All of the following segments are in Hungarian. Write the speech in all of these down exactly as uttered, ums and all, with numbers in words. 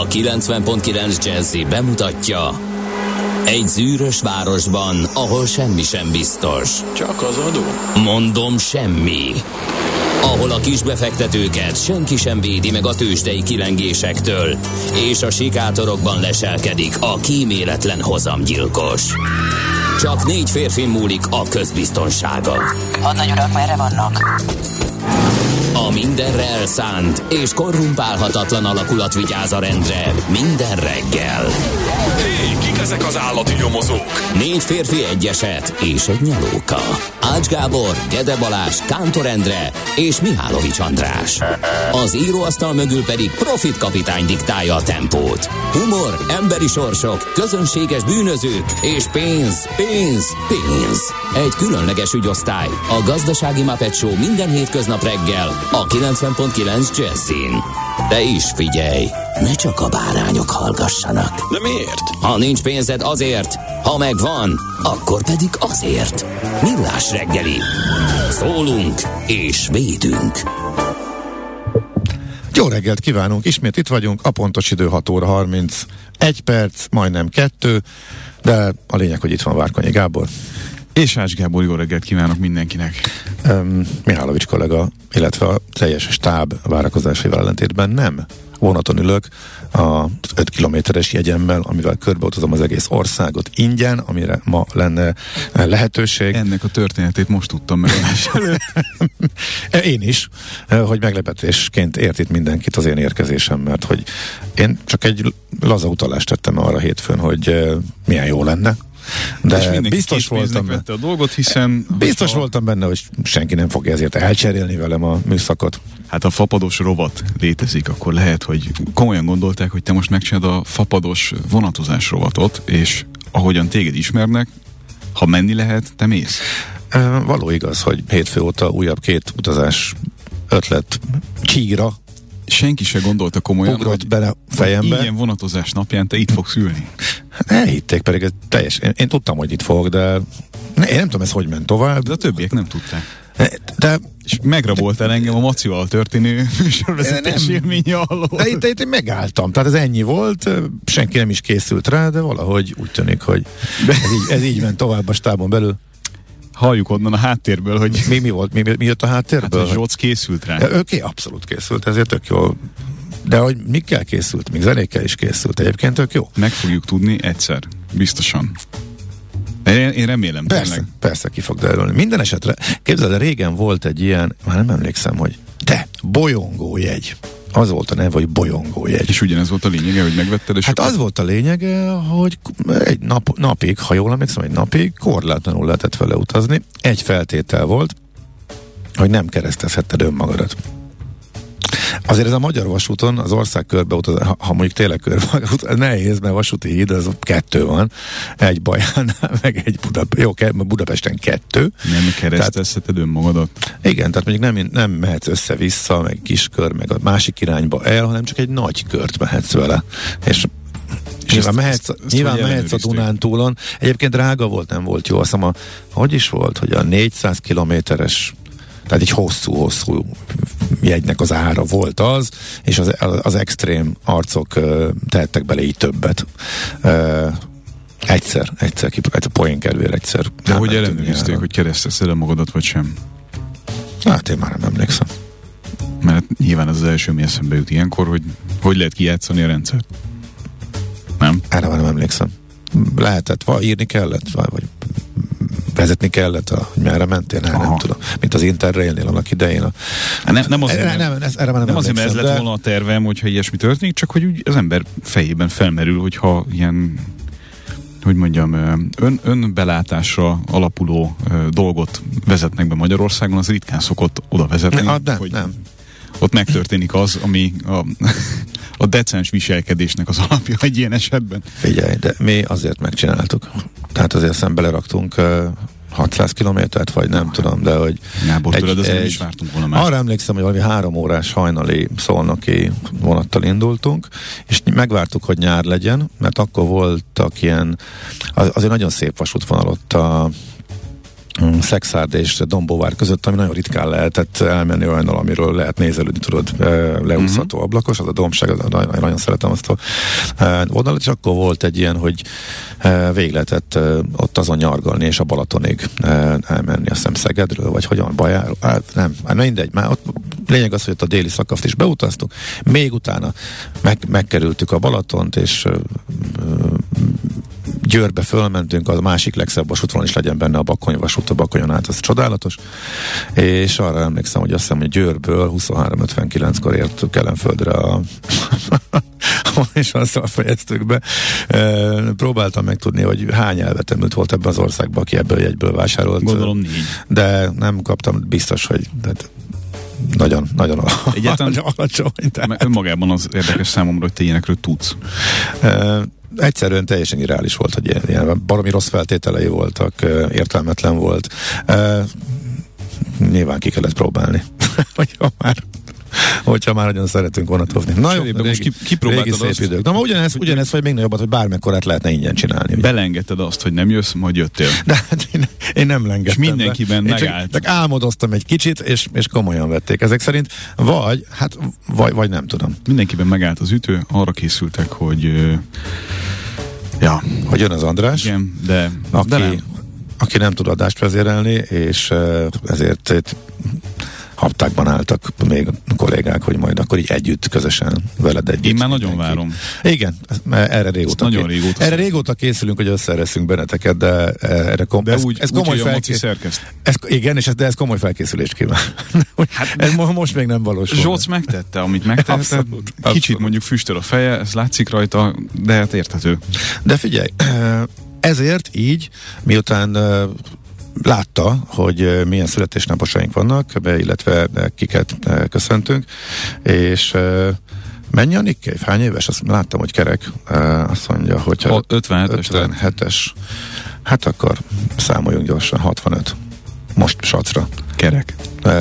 kilencven pont kilenc Jazzy bemutatja: egy zűrös városban, ahol semmi sem biztos. Csak az adó? Mondom, semmi. Ahol a kisbefektetőket senki sem védi meg a tőzsdei kilengésektől, és a sikátorokban leselkedik a kíméletlen hozamgyilkos. Csak négy férfi múlik a közbiztonsága. Hadnagy urak, merre vannak? A mindenre elszánt és korrumpálhatatlan alakulat vigyáz a rendre minden reggel. Hé, kik ezek az állati nyomozók? Négy férfi, egy eset és egy nyalóka. Ács Gábor, Gede Balázs, Kántor Endre és Mihálovics András. Az íróasztal mögül pedig Profit kapitány diktálja a tempót. Humor, emberi sorsok, közönséges bűnözők és pénz, pénz, pénz. Egy különleges ügyosztály, a Gazdasági Muppet Show minden hétköznap reggel a kilencven pont kilenc Jazzin. De is figyelj, ne csak a bárányok hallgassanak. De miért? Ha nincs pénzed, azért, ha megvan, akkor pedig azért. Millás reggeli. Szólunk és védünk. Jó reggelt kívánunk, ismét itt vagyunk, a pontos idő hat óra harmincegy perc, majdnem kettő, de a lényeg, hogy itt van Várkonyi Gábor. És Ács Gábor, jó reggelt kívánok mindenkinek. Um, Mihálovics kollega, illetve a teljes stáb várakozásaival ellentétben nem vonaton ülök az öt kilométeres jegyemmel, amivel körbeutazom az egész országot ingyen, amire ma lenne lehetőség. Ennek a történetét most tudtam meg. Én is, hogy meglepetésként ért itt mindenkit az én érkezésem, mert hogy én csak egy laza utalást tettem arra hétfőn, hogy milyen jó lenne. De biztos voltam benne, a dolgot, hiszen biztos ha... voltam benne, hogy senki nem fogja ezért elcserélni velem a műszakot. Hát a fapados rovat létezik, akkor lehet, hogy komolyan gondolták, hogy te most megcsinálod a fapados vonatozás rovatot, és ahogyan téged ismernek, ha menni lehet, te mész. E, való igaz, hogy hétfő óta újabb két utazás ötlet csíra senki se gondolta komolyan, ugrott hogy bele fejembe. Ilyen vonatozás napján te itt fogsz ülni. Hát elhitték, pedig ez teljes. Én, én tudtam, hogy itt fogok, de ne, én nem tudom, ez hogy ment tovább. De a többiek nem tudták. De, és megraboltál engem a Macival történő műsorvezetés élménye alól. De itt, itt én megálltam, tehát ez ennyi volt, senki nem is készült rá, de valahogy úgy tűnik, hogy ez így, ez így ment tovább a stábon belül. Halljuk onnan a háttérből, hogy... Mi, mi volt? Mi, mi jött a háttérből? Hát, hogy Zsoc készült rá. Ja, őké abszolút készült, ezért tök jó. De hogy mikkel készült? Még zenékkel is készült. Egyébként tök jó. Meg fogjuk tudni egyszer. Biztosan. Én, én remélem. Persze, tényleg. Persze ki fog derülni. Minden esetre, képzeld, de régen volt egy ilyen, már nem emlékszem, hogy de, bolyongójegy. Az volt a neve, hogy bolyongójegy. És ugyanez volt a lényege, hogy megvetted? És hát az volt a lényege, hogy egy nap, napig, ha jól emlékszem, egy napig korlátlanul lehetett vele utazni. Egy feltétel volt, hogy nem keresztezhetted önmagadat. Azért ez a magyar vasúton, az ország körbeutazás, ha, ha mondjuk tényleg körbeutazás, nehéz, mert vasúti híd, az kettő van, egy Bajánál, meg egy Budapest, jó, Budapesten kettő. Nem keresztezheted önmagadat. Igen, tehát mondjuk nem, nem mehetsz össze-vissza, meg kiskör, meg a másik irányba el, hanem csak egy nagy kört mehetsz vele. És És nyilván mehetsz, ezt, ezt nyilván mehetsz a Dunántúlon. Egyébként drága volt, nem volt jó. Azt hiszem, a, hogy is volt, hogy a négyszáz kilométeres, tehát egy hosszú-hosszú jegynek az ára volt az, és az, az extrém arcok uh, tehettek bele így többet. Uh, egyszer, egyszer, egyszer poén kedvére egyszer. De hogy ellenőrizték, hogy keresztezted magadat, vagy sem? Hát én már nem emlékszem. Mert nyilván az az első, mi eszembe jut ilyenkor, hogy hogy lehet kijátszani a rendszert. Nem? Erre már nem emlékszem. Lehetett, vagy írni kellett, vagy, vagy vezetni kellett, a, hogy merre mentél, nem, nem tudom. Mint az Interrailnél annak idején. A... Nem, nem azért, nem, nem, ez, erre már nem, nem azért, mert ez de... lett volna a tervem, hogyha ilyesmi történik, csak hogy úgy az ember fejében felmerül, hogyha ilyen, hogy mondjam, ön, önbelátásra alapuló uh, dolgot vezetnek be Magyarországon, az ritkán szokott oda vezetni, ne, nem, hogy nem. ott megtörténik az, ami a, a decens viselkedésnek az alapja egy ilyen esetben. Figyelj, de mi azért megcsináltuk. Tehát azért aztán beleraktunk uh, hatszáz kilométert, vagy nem ah, tudom, de hogy... Gábor, egy, tőled azért egy, is vártunk volna már. Arra emlékszem, hogy valami három órás hajnali szolnoki vonattal indultunk, és megvártuk, hogy nyár legyen, mert akkor voltak ilyen, az, azért nagyon szép vasútvonal ott a Szexárd és Dombóvár között, ami nagyon ritkán lehetett elmenni olyannal, amiről lehet nézelődni, tudod, leúszható uh-huh. ablakos, az a dombság, az, nagyon, nagyon szeretem azt a oldalat, és akkor volt egy ilyen, hogy végig lehetett ott azon nyargalni, és a Balatonig elmenni, azt hiszem Szegedről, vagy hogyan, Bajáról, hát nem, hát mindegy, már ott lényeg az, hogy ott a déli szakaszt is beutaztuk, még utána meg, megkerültük a Balatont, és Győrbe fölmentünk, a másik legszebb vasútvonal is legyen benne a Bakony vasút, a Bakonyon át, az csodálatos, és arra emlékszem, hogy azt hiszem, hogy Győrből huszonhárom ötvenkilenckor értük Kelenföldre a és azzal fejeztük be. E, próbáltam megtudni, hogy hány elvetemült volt ebben az országban, aki ebből jegyből vásárolt. Gondolom négy. De nem kaptam, biztos, hogy tehát nagyon, nagyon egyáltalán alacsony. Tehát. Önmagában az érdekes számomra, hogy te ilyenekről tudsz. E, egyszerűen teljesen irreális volt, hogy ilyen, ilyen baromi rossz feltételei voltak, értelmetlen volt. E, nyilván ki kellett próbálni. Hogyha már hogyha már nagyon szeretünk vonatolni. Na jó, régi, most ki, kipróbáltad régi szép idők. Na, ugyanez, ugyanez vagy még nagyobbat, hogy bármekkorát lehetne ingyen csinálni. Ugye? Belengedted azt, hogy nem jössz, majd jöttél. De hát én, én nem lengettem. És mindenkiben be. megállt. Csak, csak álmodoztam egy kicsit, és, és komolyan vették. Ezek szerint vagy, hát, vagy, vagy nem tudom. Mindenkiben megállt az ütő, arra készültek, hogy uh, ja. Hogy jön az András. Igen, de, aki, de nem. aki nem tud adást vezérelni, és uh, ezért haptákban álltak még kollégák, hogy majd akkor így együtt, közösen veled együtt. Én már nagyon várom. Igen, erre régóta, nagyon régóta, erre régóta készülünk, hogy összereszünk benneteket, de erre kom- de ez, úgy, ez úgy, komoly felkészülés. Igen, és ez, de ez komoly felkészülést kíván. Hát, ez most még nem valósul. Zsolc megtette, amit megtette. Abszolút, Kicsit abszolút. Mondjuk füstöl a feje, ez látszik rajta, de hát érthető. De figyelj, ezért így, miután látta, hogy milyen születésnaposaink vannak, illetve kiket köszöntünk, és mennyi a Nick Cave? Hány éves? Azt láttam, hogy kerek. Azt mondja, hogy ötvenhetes. Hát akkor számoljunk gyorsan, hatvanöt. Most sacra. Kerek.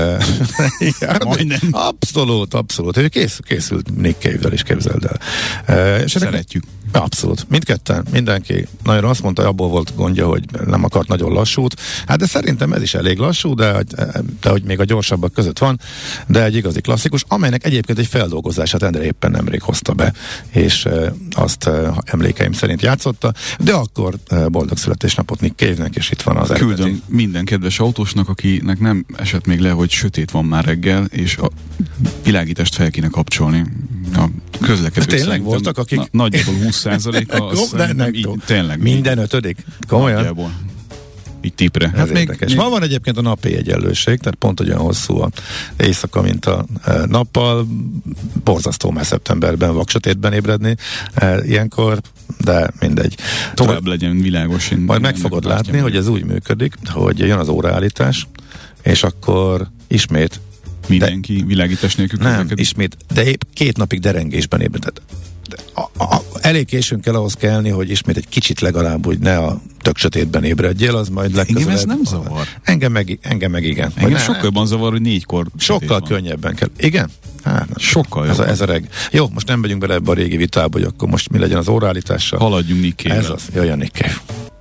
Ja, abszolút, abszolút. Ő kész, készült Nick Cave-vel is, képzeld el. És szeretjük. Abszolút. Mindketten, mindenki nagyon azt mondta, hogy abból volt gondja, hogy nem akart nagyon lassút. Hát de szerintem ez is elég lassú, de, de hogy még a gyorsabbak között van, de egy igazi klasszikus, amelynek egyébként egy feldolgozását Endre éppen nemrég hozta be, és azt emlékeim szerint játszotta, de akkor boldog születésnapot Nick Cave-nek, és itt van az eredeti. Küldöm minden kedves autósnak, akinek nem esett még le, hogy sötét van már reggel, és a világítást fel kéne kapcsolni. A közlekedők tényleg voltak, akik... Na, nagyjából húsz százaléka az nem így, tényleg. Minden ötödik? Komolyan? Nagyjából. Így tipre. Hát még, még... Ma van egyébként a napi egyenlőség, tehát pont olyan hosszú a éjszaka, mint a e, nappal. Borzasztó már szeptemberben, vaksötétben ébredni e, ilyenkor, de mindegy. Tovább Tor- legyen világos. Majd meg fogod látni, meg. Hogy ez úgy működik, hogy jön az óraállítás, és akkor ismét mindenki de, világítás nélkül nem, közlekedik. Ismét, de épp két napig derengésben ébredett. A, a, elég későn kell ahhoz kelni, hogy ismét egy kicsit legalább, hogy ne a tök sötétben ébredjél, az majd legközelebb. Engem ez nem zavar. Engem meg, engem meg igen. Engem ne, sokkal jobban zavar, hogy négykor sokkal könnyebben kell. Igen? Hát, sokkal ez, a, ez a reg. Jó, most nem megyünk bele ebbe a régi vitába, hogy akkor most mi legyen az óraállítással. Haladjunk Nick Cave-vel. Ez az, jöjjön Nick Cave.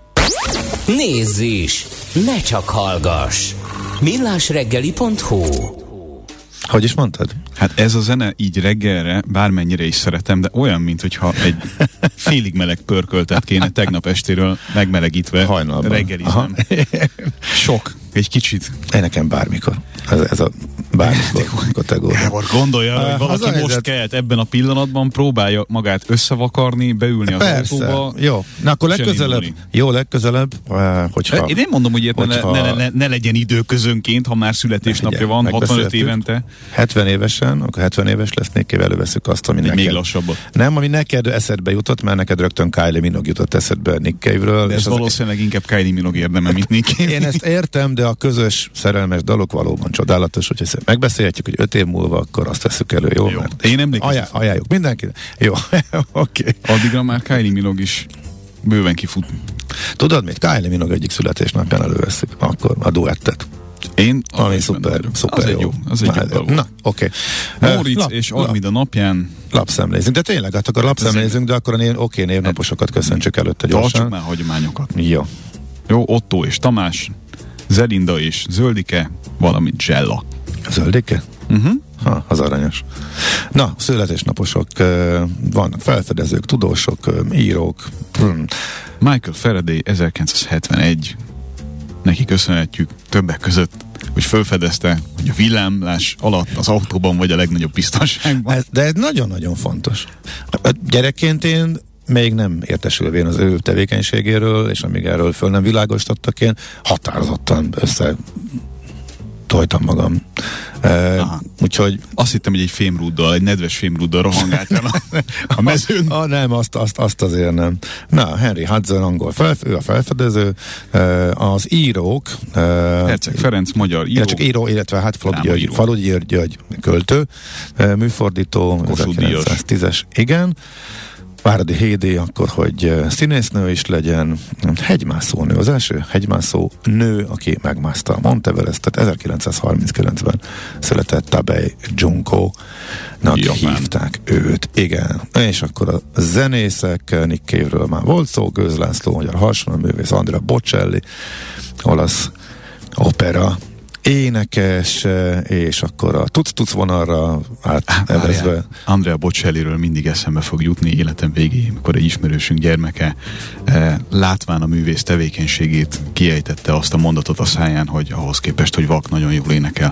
Nézz is! Ne csak hallgass! millásreggeli pont hu. Hogy is mondtad? Hát ez a zene így reggelre, bármennyire is szeretem, de olyan, mint hogyha egy félig meleg pörköltet kéne tegnap estéről megmelegítve reggelizem. Sok, egy kicsit. Én nekem bármikor. Ez, ez a bármikor kategória. Gábor, gondolja, hogy valaki most helyzet... kelt ebben a pillanatban, próbálja magát összevakarni, beülni az persze. autóba. Jó, na akkor legközelebb, jó, legközelebb, hogyha... Én nem mondom, hogy ilyet hogyha... ne, ne, ne, ne legyen időközönként, ha már születésnapja van, hatvanöt évente. hetven évesen, akkor hetven éves lesz, még előveszük azt, ami neked... Még lassabbat. Nem, ami neked eszedbe jutott, mert neked rögtön Kylie Minogue jutott eszedbe Nick Cave-ről. Ez valószínűleg az... inkább Kylie Minogue érdeme, mint Nick Cave. Én ezt értem, de a közös szerelmes dalok valóban csodálatos, hogyha megbeszélhetjük, hogy öt év múlva, akkor azt veszük elő, jó? jó. Én emlékszem. Ajá, ajánljuk mindenkinek. Jó, oké. Okay. Addigra már Kylie Minogue is bőven kifut. Tudod mit? Kylie Minogue egyik születésnapján előveszük, akkor a duettet. Én ami szuper, szuper az jó. Egy jó. Az egy jó dolog. Na, oké. Okay. Móricz uh, és Armida napján lapszemlézünk, de tényleg, hát akkor lapszemlézünk, de akkor a név, oké, névnaposokat köszöntsük előtte gyorsan. Tartsuk már hagyományokat. Jó. Jó, Otto és Tamás, Zelinda és Zöldike, valamint Zsella. Zöldike? Uh-huh. Ha, az aranyos. Na, születésnaposok, vannak felfedezők, tudósok, írók. Hmm. Michael Faraday ezerkilencszázhetvenegy, neki köszönhetjük többek között, hogy felfedezte, hogy a villámlás alatt az autóban vagy a legnagyobb biztonságban. Ez, de ez nagyon-nagyon fontos. Gyerekként én még nem értesülvén az ő tevékenységéről, és amíg erről föl nem világosítottak, én határozottan össze tojtam magam. Uh, úgyhogy... Azt hittem, hogy egy fémrúddal, egy nedves fémrúddal rohangáltál a, a mezőn. Ah, nem, azt, azt, azt azért nem. Na, Henry Hudson, angol felf- ő a felfedező, uh, az írók... Uh, Herceg Ferenc, magyar író. Csak író, illetve hát Faludi György, György költő, uh, műfordító, ezerkilencszáztízes, igen. Váradi Hédi, akkor, hogy színésznő is legyen, hegymászó nő, az első hegymászó nő, aki megmászta a Monteverestet, ezerkilencszázharminckilencben született Tabei Junko-nak hívták őt, igen. És akkor a zenészek, Nick Cave-ről már volt szó, Gőz László, magyar harsonaművész, Andrea Bocelli, olasz opera énekes, és akkor a tuc-tuc vonalra átevezve. Andrea Bocelliről mindig eszembe fog jutni életem végéig, amikor egy ismerősünk gyermeke eh, látván a művész tevékenységét kiejtette azt a mondatot a száján, hogy ahhoz képest, hogy vak, nagyon jól énekel.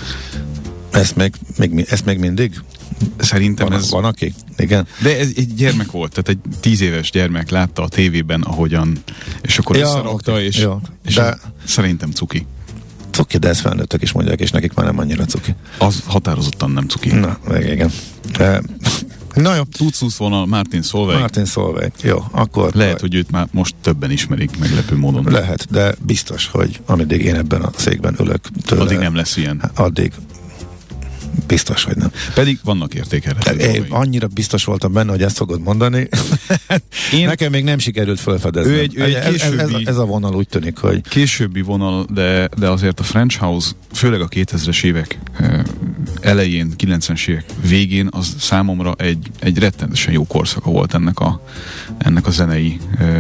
Ezt még, még, ezt még mindig? Szerintem van, ez... Van aki? Igen. De ez egy gyermek volt, tehát egy tíz éves gyermek látta a tévében, ahogyan, és akkor ja, összerakta, okay. és, ja. és de... szerintem cuki. Cuki, de ezt felnőttek is mondják, és nekik már nem annyira cuki. Az határozottan nem cuki. Na, igen. E, na jó. Tuc-tuc vonal, Martin Solveig. Martin Solveig, jó, akkor... Lehet, hogy őt már most többen ismerik, meglepő módon. Lehet, de biztos, hogy ameddig én ebben a székben ülök tőle... Addig nem lesz ilyen. Addig biztos, hogy nem. Pedig vannak értékelhető. Én annyira biztos voltam benne, hogy ezt fogod mondani. Én... Nekem még nem sikerült felfedezni. Ő egy, ő egy későbbi... ez, ez, ez a vonal úgy tűnik, hogy... Későbbi vonal, de, de azért a French House, főleg a kétezres évek elején, kilencvenes évek végén, az számomra egy, egy rettenetesen jó korszaka volt ennek a, ennek a zenei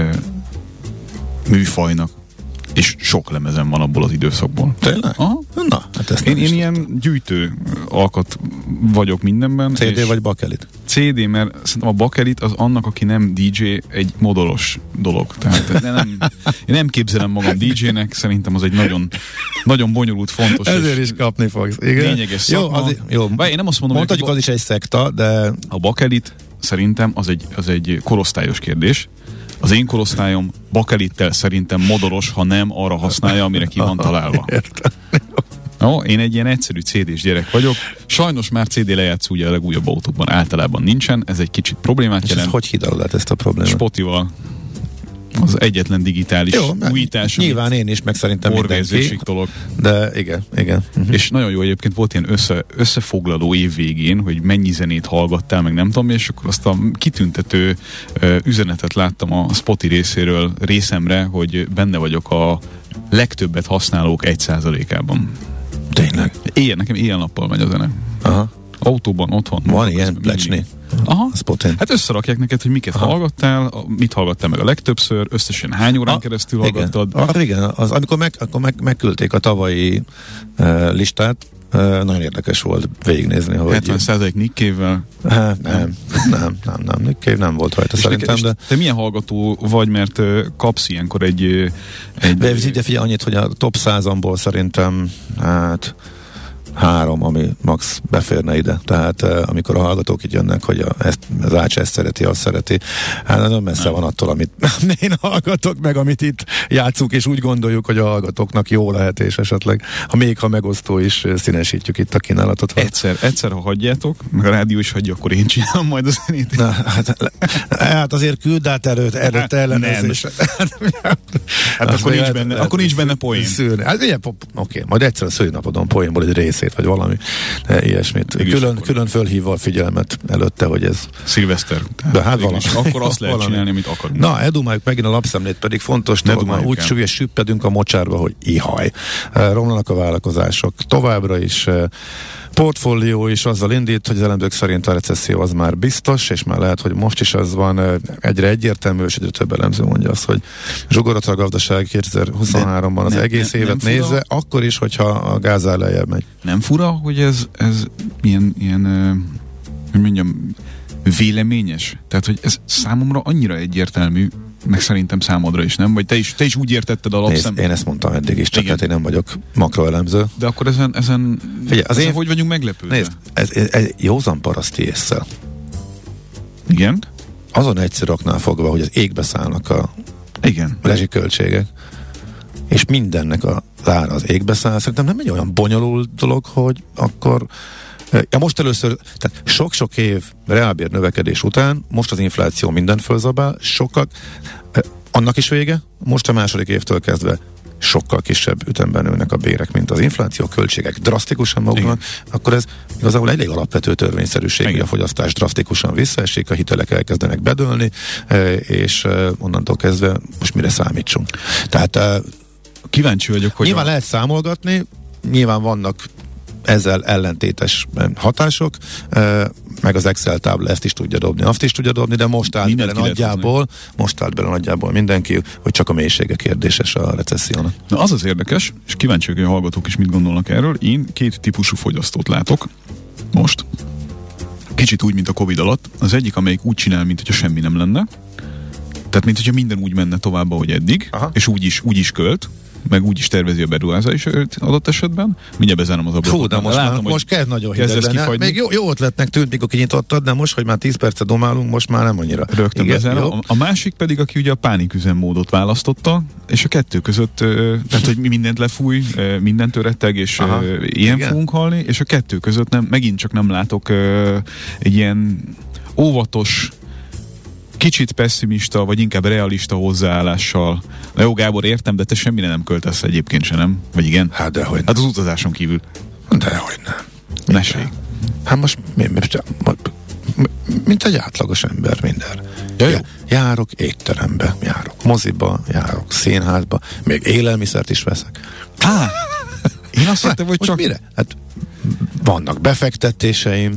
műfajnak. És sok lemezem van abból az időszakból. Tényleg? Aha. Na, hát ezt én, én ilyen gyűjtő alkat vagyok mindenben. cé dé vagy bakelit? cé dé, mert szerintem a bakelit az annak, aki nem dé dzsé, egy modoros dolog. Tehát nem, én nem képzelem magam dé dzsének, szerintem az egy nagyon, nagyon bonyolult, fontos. Ezért is kapni fogsz. Igen? Lényeges szakma. Jó, az, jó. Bár én nem azt mondom, mondhatjuk, hogy az is egy szekta, de... A bakelit szerintem az egy, az egy korosztályos kérdés. Az én korosztályom bakelittel szerintem modoros, ha nem arra használja, amire ki van találva. Értem. No, én egy ilyen egyszerű cé dés gyerek vagyok. Sajnos már cé dé lejátszó ugye a legújabb autókban általában nincsen, ez egy kicsit problémát és jelent. Hogy hidalod át ezt a problémát? Spotify az egyetlen digitális jó, újítás. Nyilván én is, meg szerintem mindenki. Dolog. De igen, igen. Uh-huh. És nagyon jó egyébként volt ilyen össze, összefoglaló év végén, hogy mennyi zenét hallgattál, meg nem tudom, és akkor azt a kitüntető uh, üzenetet láttam a Spotify részéről, részemre, hogy benne vagyok a legtöbbet használók egy százalékában. Tényleg? Éjjel, nekem éjjel-nappal megy a zene. Aha. Autóban, otthon. Van ilyen plecsni? Aha. Hát összerakják neked, hogy miket Aha. hallgattál, mit hallgattál meg a legtöbbször, összesen hány órán a, keresztül hallgattad. Igen, a, igen az, amikor, meg, akkor meg, megküldték a tavalyi uh, listát, uh, nagyon érdekes volt végignézni, hogy... hetven százalék Nick Cave-vel? Uh, nem, nem, nem, nem, nem, Nick Cave nem volt rajta és szerintem, de... de... Te milyen hallgató vagy, mert uh, kapsz ilyenkor egy... egy de figyelj annyit, hogy a top százamból szerintem, hát... három, ami max beférne ide. Tehát uh, amikor a hallgatók így jönnek, hogy a, ezt, az Ács ezt szereti, azt szereti, hát nagyon messze nem. van attól, amit én hallgatok meg, amit itt játszunk, és úgy gondoljuk, hogy a hallgatóknak jó lehet, és esetleg, ha még ha megosztó is, színesítjük itt a kínálatot. Egyszer, egyszer, ha hagyjátok, meg a rádió is hagyja, akkor én csinálom majd a zenét. Na, hát, hát azért küld át erőt, erőt ellenőrzés. Hát akkor nincs benne, akkor nincs benne poén. Hát ugye, oké, majd egyszer a szőnapodon poénból egy rész vagy valami ilyesmit. Külön, külön fölhívva a figyelmet előtte, hogy ez... Szilveszter. De hát valami. Akkor azt lehet valami. csinálni, amit akarunk. Na, edumáljuk megint a lapszemlét, pedig fontos dolog, már úgy süvés süppedünk a mocsárba, hogy ihaj. Romlanak a vállalkozások. Továbbra is portfólió is azzal indít, hogy az elemzők szerint a recesszió az már biztos, és már lehet, hogy most is az van, egyre egyértelmű, és egyre több elemző mondja azt, hogy zsugorodott a gazdaság kétezer-huszonháromban az nem, egész nem, évet nem nézve, akkor is, hogyha a gázár lejjebb megy. Nem fura, hogy ez, ez ilyen, ilyen hogy mondjam, véleményes? Tehát, hogy ez számomra annyira egyértelmű, meg szerintem számodra is, nem? Vagy te is, te is úgy értetted a lapszem... Nézd, én ezt mondtam eddig is, csak hát én nem vagyok makroelemző. De akkor ezen, ezen, Figyelj, az ezen én... hogy vagyunk meglepődve? Nézd, ez, ez, ez józan paraszti ésszel. Igen? Azon egyszer oknál fogva, hogy az égbe szállnak a igen. rezsiköltségek, és mindennek az ára az égbe száll, szerintem nem egy olyan bonyolult dolog, hogy akkor ja, most először, tehát sok-sok év reálbér növekedés után, most az infláció mindent fölzabál, sokkal, annak is vége, most a második évtől kezdve sokkal kisebb ütemben nőnek a bérek, mint az infláció, költségek drasztikusan magunknak, akkor ez igazából egy elég alapvető törvényszerűség, hogy a fogyasztás drasztikusan visszaesik, a hitelek elkezdenek bedőlni, és onnantól kezdve most mire számítsunk. Tehát kíváncsi vagyok, hogy nyilván a... lehet számolgatni, nyilván vannak ezzel ellentétes hatások, meg az Excel tábla ezt is tudja dobni, azt is tudja dobni, de most állt bele nagyjából, most állt bele nagyjából mindenki, hogy csak a mélysége kérdéses a recessziónak. Na az az érdekes, és kíváncsi vagyok, hogy a hallgatók is mit gondolnak erről. Én két típusú fogyasztót látok most. Kicsit úgy, mint a Covid alatt. Az egyik, amelyik úgy csinál, mint hogyha semmi nem lenne. Tehát, mint hogyha minden úgy menne tovább, ahogy eddig, aha. és úgy is, úgy is költ, meg úgy is tervezi a beruházásait adott esetben. Mindjárt bezárom az ablakot. Hú, de most, látom, már, most kezd nagyon hideg lenni. Még jó, jó ötletnek tűnt, mikor kinyitottad, de most, hogy már tíz percet domálunk, most már nem annyira. Rögtön bezárom. A, a másik pedig, aki ugye a pániküzemmódot választotta, és a kettő között, tehát, hogy mindent lefúj, mindent töretteg, és aha, ilyen igen. fogunk halni, és a kettő között nem, megint csak nem látok egy ilyen óvatos, kicsit pessimista, vagy inkább realista hozzáállással. Na jó, Gábor, értem, de te semmire nem költesz egyébként se, nem? Vagy igen? Hát dehogy Hát az utazáson kívül. Dehogy nem. Mesélj. Hát most, mi, mi, mi, mint egy átlagos ember minden. Ja, jó. Járok étterembe, járok moziba, járok színházba, még élelmiszert is veszek. Á, én azt hittem, hogy csak... Mire? Hát vannak befektetéseim.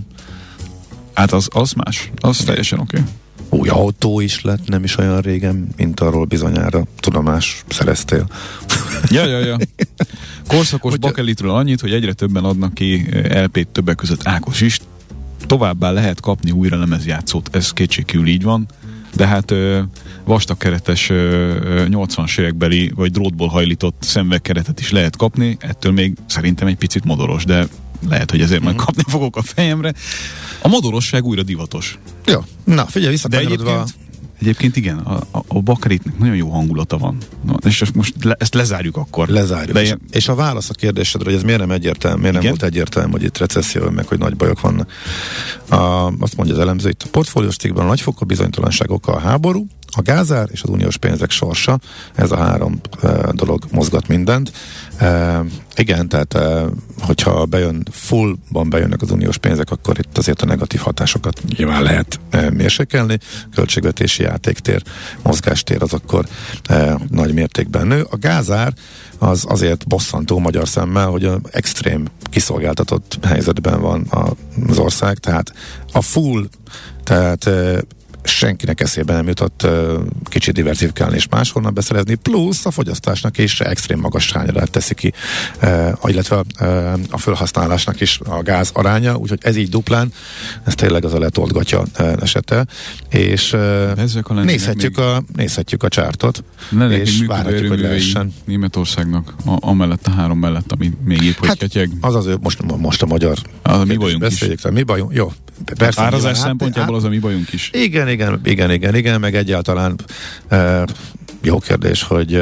Hát az, az más. Az de teljesen oké. Okay. Új autó is lett, nem is olyan régen, mint arról bizonyára tudomás szereztél. Ja, ja, ja. Korszakos bakelitről annyit, hogy egyre többen adnak ki el pét, többek között Ákos is. Továbbá lehet kapni újra lemezjátszót, ez kétségkívül így van, de hát ö, vastagkeretes ö, nyolcvanas évekbeli vagy drótból hajlított szemüvegkeretet is lehet kapni, ettől még szerintem egy picit modoros, de lehet, hogy ezért majd kapni fogok a fejemre. A modorosság újra divatos. Jó, na figyelj, visszakanyarodva. Egyébként, egyébként igen, a, a, a bakelitnek nagyon jó hangulata van. Na, és most le, ezt lezárjuk akkor. Lezárjuk. És, és a válasz a kérdésedre, hogy ez miért nem egyértelmű, miért igen? nem volt egyértelmű, hogy itt recesszió, meg hogy nagy bajok vannak. A, azt mondja az elemző, itt a portfóliós cikkben a nagyfokú bizonytalanság oka a háború, a gázár és az uniós pénzek sorsa, ez a három e, dolog mozgat mindent. E, igen, tehát e, hogyha bejön, fullban bejönnek az uniós pénzek, akkor itt azért a negatív hatásokat nyilván lehet e, mérsékelni. Költségvetési játéktér, mozgástér az akkor e, nagy mértékben nő. A gázár az azért bosszantó magyar szemmel, hogy a extrém kiszolgáltatott helyzetben van az ország, tehát a full, tehát e, senkinek eszébe nem jutott uh, kicsit diversifikálni és máshonnan beszerezni, plusz a fogyasztásnak is extrém magas hányadát teszi ki, uh, illetve uh, a felhasználásnak is a gáz aránya, úgyhogy ez így duplán, ez tényleg az a letoltgatja uh, esete, és uh, nézhetjük, még... a, nézhetjük a csártot, és várhatjuk, hogy lehessen. Németországnak, a, amellett a három mellett, ami még épp hogy hát, ketyeg. Az az ő, most, most a magyar az a mi bajunk is. Mi bajunk? Jó. Persze, árazás szempontjából az a mi bajunk is. Igen, igen, igen, igen, igen, meg egyáltalán e, jó kérdés, hogy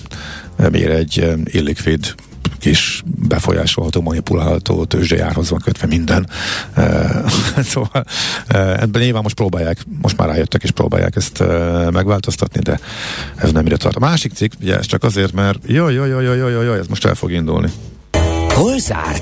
e, miért egy e, illikvid kis befolyásolható, manipulálható tőzsdejárhoz van kötve minden. E, szóval e, ebben nyilván most próbálják, most már rájöttek és próbálják ezt e, megváltoztatni, de ez nem ide tart. A másik cikk, ugye ez csak azért, mert jaj, jaj, jaj, jaj, jaj, jaj, ez most el fog indulni. Hol zárt?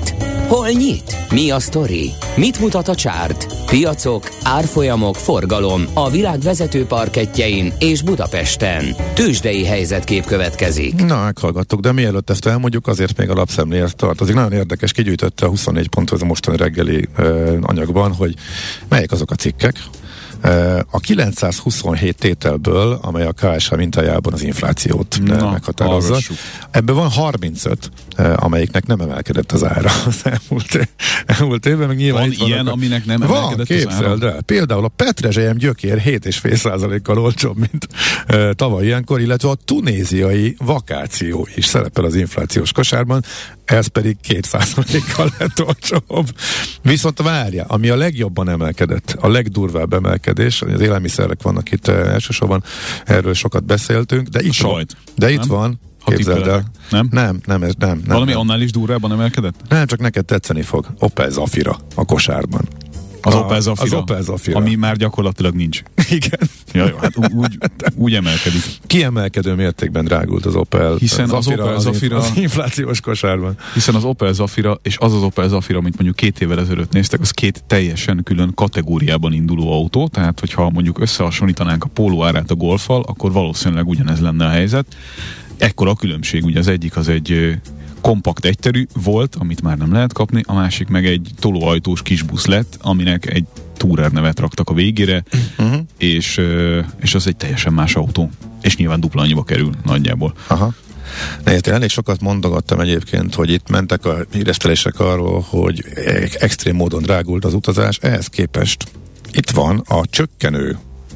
Hol nyit? Mi a sztori? Mit mutat a csárt? Piacok, árfolyamok, forgalom a világ vezető parkettjein és Budapesten. Tőzsdei helyzetkép következik. Na, meghallgattuk, de mielőtt ezt elmondjuk, azért még a lapszemléhez tartozik. Nagyon érdekes, kigyűjtötte a huszonnégy pontot a mostani reggeli uh, anyagban, hogy melyek azok a cikkek, a kilencszázhuszonhét tételből, amely a ká es há mintájában az inflációt Na, meghatározza. Hallgassuk. Ebben van harmincöt, amelyiknek nem emelkedett az ára az elmúlt, elmúlt évben. Meg nyilván van ilyen, a... aminek nem van, emelkedett az ára? El. Például a petrezselyem gyökér hét egész öt százalékkal olcsóbb, mint uh, tavaly ilyenkor, illetve a tunéziai vakáció is szerepel az inflációs kosárban, ez pedig két százalékkal lett olcsóbb. Viszont várja, ami a legjobban emelkedett, a legdurvább emelkedés, az élelmiszerek vannak itt uh, elsősorban, erről sokat beszéltünk, de itt van, de itt van, képzeld el. Nem? Nem, nem, ez nem. nem Valami nem. annál is durvábban emelkedett? Nem, csak neked tetszeni fog. Opel Zafira a kosárban. Az Opel Zafira? Az Opel Zafira. Ami már gyakorlatilag nincs. Igen. Ja, jó, hát úgy, úgy emelkedik. Kiemelkedő mértékben drágult az Opel hiszen Zafira, az Opel Zafira az inflációs kosárban. Hiszen az Opel Zafira és az az Opel Zafira, amit mondjuk két évvel ezelőtt néztek, az két teljesen külön kategóriában induló autó, tehát hogyha mondjuk összehasonlítanánk a Polo árát a Golffal, akkor valószínűleg ugyanez lenne a helyzet. Ekkora a különbség, ugye az egyik az egy kompakt egyterű volt, amit már nem lehet kapni, a másik meg egy tolóajtós kisbusz lett, aminek egy Tourer nevet raktak a végére, uh-huh. és, és az egy teljesen más autó. És nyilván dupla annyiba kerül nagyjából. Aha. Nézd, én elég sokat mondogattam egyébként, hogy itt mentek a híresztelések arról, hogy extrém módon drágult az utazás, ehhez képest itt van a csökkenő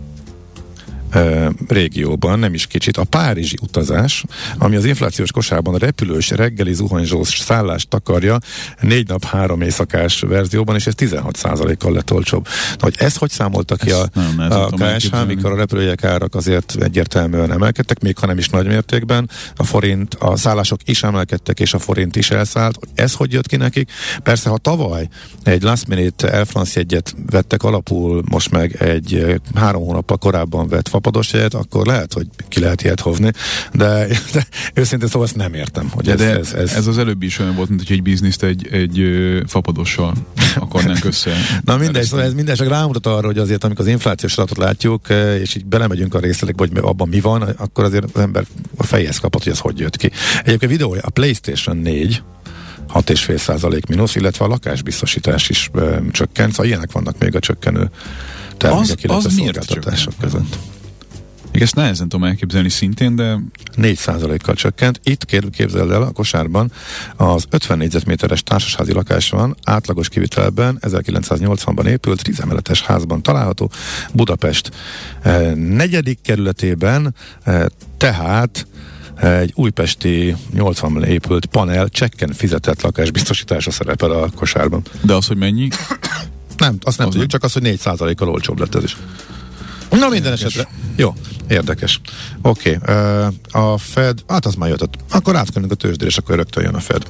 régióban, nem is kicsit, a párizsi utazás, ami az inflációs kosárban a repülős, reggeli, zuhanyzós szállást takarja négy nap, három éjszakás verzióban, és ez tizenhat százalékkal lett olcsóbb. Na, hogy ezt hogy számolta ki a, a ká es há, mikor a repülőjegyek árak azért egyértelműen emelkedtek, még ha nem is nagy mértékben, a forint, a szállások is emelkedtek, és a forint is elszállt. Ez hogy jött ki nekik? Persze, ha tavaly egy last minute Air France jegyet vettek alapul, most meg egy három hónappal korábban vett fapados jegyet, akkor lehet, hogy ki lehet ilyet hovni, de, de őszintén szóval ezt nem értem. Hogy ez, de ez, ez, ez az előbbi is olyan volt, mint hogy egy bizniszt egy, egy fapadossal akarnánk össze. Na mindegy, szóval ez minden csak rámutat arra, hogy azért amikor az inflációs adatot látjuk, és így belemegyünk a részletekbe, hogy abban mi van, akkor azért az ember a fejhez kapott, hogy ez hogy jött ki. Egyébként videója, a PlayStation négy hat egész öt százalék mínusz, illetve a lakásbiztosítás is ö, csökkent, szóval ilyenek vannak még a csökkenő termékek, illetve szolgáltatások között. Igen, ezt nehezen tudom elképzelni szintén, de... négy százalékkal csökkent. Itt képzeld el a kosárban az ötven négyzetméteres társasházi lakás van, átlagos kivitelben ezerkilencszáznyolcvanban épült, tíz emeletes házban található, Budapest eh, negyedik kerületében, eh, tehát egy újpesti nyolcvanban épült panel csekken fizetett lakásbiztosítása szerepel a kosárban. De az, hogy mennyi? Nem, azt nem az tudjuk, csak az, hogy négy százalékkal olcsóbb lett ez is. Na minden esetre. Jó, érdekes. Oké, okay. uh, a Fed, hát az már jött. Akkor átkönnünk a tőzsdére, és akkor rögtön jön a Fed.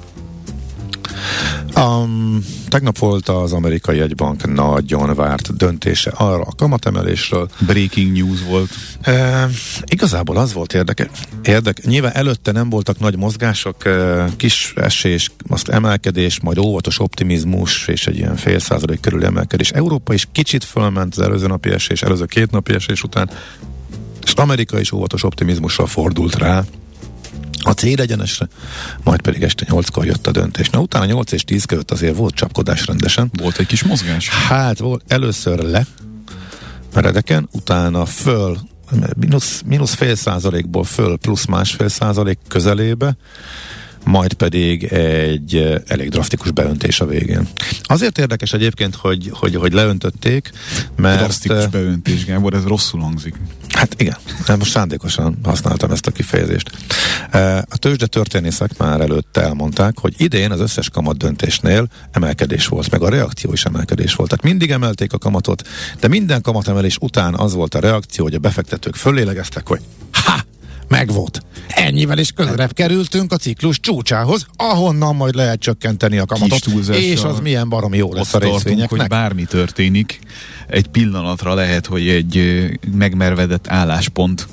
Um, tegnap volt az amerikai jegybank nagyon várt döntése arra a kamatemelésről. Breaking news volt. Uh, igazából az volt érdekes. Érdek, nyilván előtte nem voltak nagy mozgások, uh, kis esés, azt emelkedés, majd óvatos optimizmus, és egy ilyen fél százalék körül emelkedés. Európa is kicsit fölment az előző napi esés, előző két napi esés után, és Amerika is óvatos optimizmussal fordult rá a célegyenesre, majd pedig este nyolckor jött a döntés. Na utána nyolc és tíz között azért volt csapkodás rendesen. Volt egy kis mozgás? Hát volt, először le meredeken, utána föl mínusz, mínusz fél százalékból föl plusz másfél százalék közelébe, majd pedig egy elég drasztikus beöntés a végén. Azért érdekes egyébként, hogy, hogy, hogy leöntötték, mert... Drasztikus beöntés, Gábor, ez rosszul hangzik. Hát igen, most szándékosan használtam ezt a kifejezést. A tőzsde történészek már előtte elmondták, hogy idén az összes kamat döntésnél emelkedés volt, meg a reakció is emelkedés volt. Tehát mindig emelték a kamatot, de minden kamatemelés után az volt a reakció, hogy a befektetők fölélegeztek, hogy ha! Megvolt. Ennyivel is közelebb kerültünk a ciklus csúcsához, ahonnan majd lehet csökkenteni a kamatot, és az milyen baromi jó lesz a részvényeknek. Hogy bármi történik. egy pillanatra lehet, hogy egy megmervedett álláspont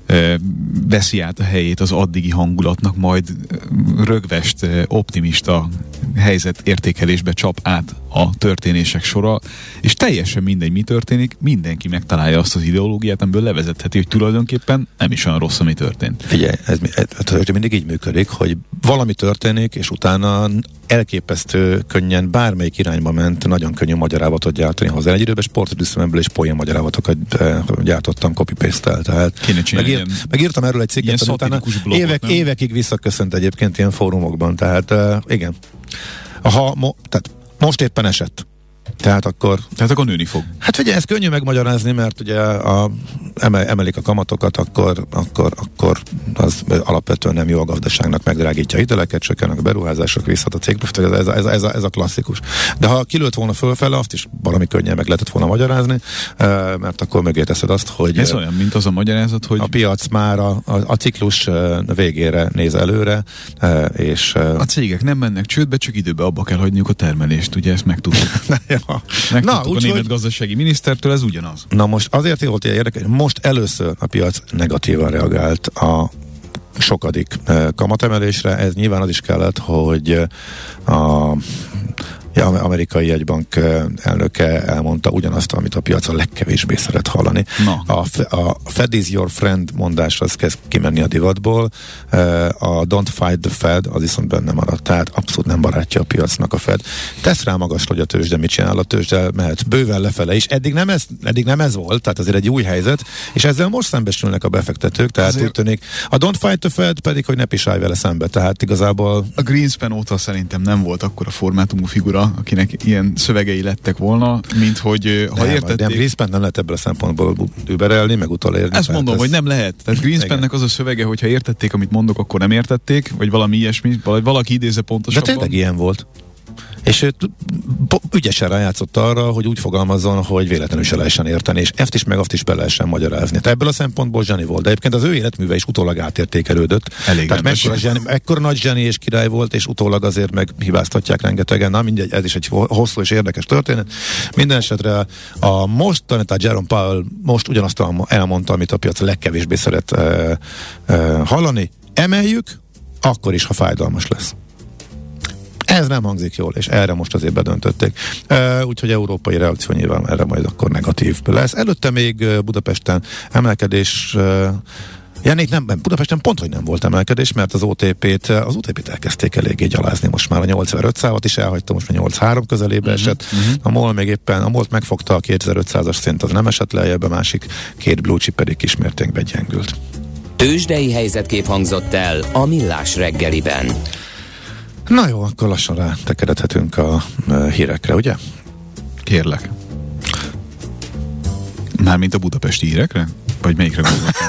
veszi át a helyét az addigi hangulatnak, majd rögvest, optimista helyzet értékelésbe csap át a történések sora, és teljesen mindegy, mi történik, mindenki megtalálja azt az ideológiát, amiből levezetheti, hogy tulajdonképpen nem is olyan rossz, ami történt. Figyelj, ez, ez, ez mindig így működik, hogy valami történik, és utána elképesztő könnyen bármelyik irányba ment, nagyon könnyű magyarávatot gyártani hozzá. Egy időben sportüdüsszememből és poén magyarávatokat gyártottam copy-paste-tel. Tehát megír, megírtam erről egy cikket, utána évek, évekig visszaköszönt egyébként ilyen fórumokban. Tehát uh, igen. Ha mo, tehát most éppen esett. Tehát akkor... Tehát akkor nőni fog. Hát figyelj, ez könnyű megmagyarázni, mert ugye a, emel, emelik a kamatokat, akkor, akkor, akkor az alapvetően nem jó a gazdaságnak, megdrágítja a hiteleket, csökkennek a beruházások, visszat a cégprofit, ez, ez, ez, ez a klasszikus. De ha kilőtt volna fölfele, azt is valami könnyen meg lehetett volna magyarázni, mert akkor mögé teszed azt, hogy... Ez olyan, mint az a magyarázat, hogy... A piac már a, a, a ciklus végére néz előre, és... A cégek nem mennek csődbe, csak időben abba kell hagyniuk a termelést, ugye ezt megtudtuk. Ja. Na, úgy, a német hogy... gazdasági minisztertől, ez ugyanaz. Na most azért volt ilyen érdekes, most először a piac negatívan reagált a sokadik uh, kamatemelésre. Ez nyilván az is kellett, hogy uh, a ja, amerikai jegybank uh, elnöke elmondta ugyanazt, amit a piac a legkevésbé szeret hallani. No. A, a Fed is your friend mondás az kezd kimenni a divatból. Uh, a don't fight the Fed az viszont benne maradt. Tehát abszolút nem barátja a piacnak a Fed. Tesz rá magas, hogy a tőzsde mit csinál, a tőzsde mehet bőven lefele is. Eddig nem ez, eddig nem ez volt, tehát azért egy új helyzet, és ezzel most szembesülnek a befektetők, tehát azért... úgy tűnik. A don't fight the Fed pedig, hogy ne pisálj vele szembe, tehát igazából... A Greenspan óta szerintem nem volt akkora formátumú figura, akinek ilyen szövegei lettek volna, mint hogy ha nem, értették... Nem, Greenspan nem lehet ebből a szempontból überelni, meg utolérni. Ezt mondom, ez... hogy nem lehet. Tehát Greenspannek az a szövege, hogyha értették, amit mondok, akkor nem értették, vagy valami ilyesmi, vagy valaki idézze pontosabban. De tényleg ilyen volt. És ő ügyesen rájátszott arra, hogy úgy fogalmazzon, hogy véletlenül se lehessen érteni, és ezt is meg azt is be lehessen magyarázni. Tehát ebből a szempontból zseni volt. De egyébként az ő életműve is utólag átértékelődött. Elég. Tehát mekkora, zseni, ekkora nagy zseni és király volt, és utólag azért meg hibáztatják rengetegen. Na mindegy, ez is egy hosszú és érdekes történet. Minden esetre a mostani, tehát Jerome Powell most ugyanazt elmondta, amit a piac legkevésbé szeret uh, uh, hallani. Emeljük, akkor is, ha fájdalmas lesz. Ez nem hangzik jól, és erre most azért bedöntötték. Uh, úgyhogy európai reakció nyilván erre majd akkor negatív lesz. Előtte még uh, Budapesten emelkedés uh, Jannék nem, Budapesten pont, hogy nem volt emelkedés, mert az o té pét, az o té pét elkezdték eléggé gyalázni, most már a nyolcvanöt százat is elhagyta, most már nyolcvanhárom közelébe uh-huh, esett. Uh-huh. A MOL még éppen, a MOL-t megfogta, a kétezer-ötszázas szint az nem esett lejjebb, a másik két blue chip pedig kismértékben gyengült. Tőzsdei helyzetkép hangzott el a Millás reggeliben. Na jó, akkor lassan rá tekeredhetünk a uh, hírekre, ugye? Kérlek. Mármint a budapesti hírekre? Vagy melyikre gondoltam?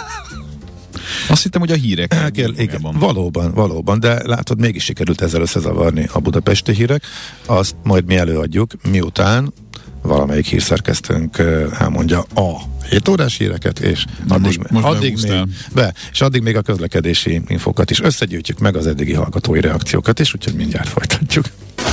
Azt hittem, hogy a hírek. Kér, igen, valóban, valóban, de látod, mégis sikerült ezzel összezavarni a budapesti hírek. Azt majd mi előadjuk, miután valamelyik hírszerkesztőnk elmondja a hét órás híreket, és addig, most, most addig, még, be, és addig még a közlekedési infokat is összegyűjtjük, meg az eddigi hallgatói reakciókat is, úgyhogy mindjárt folytatjuk.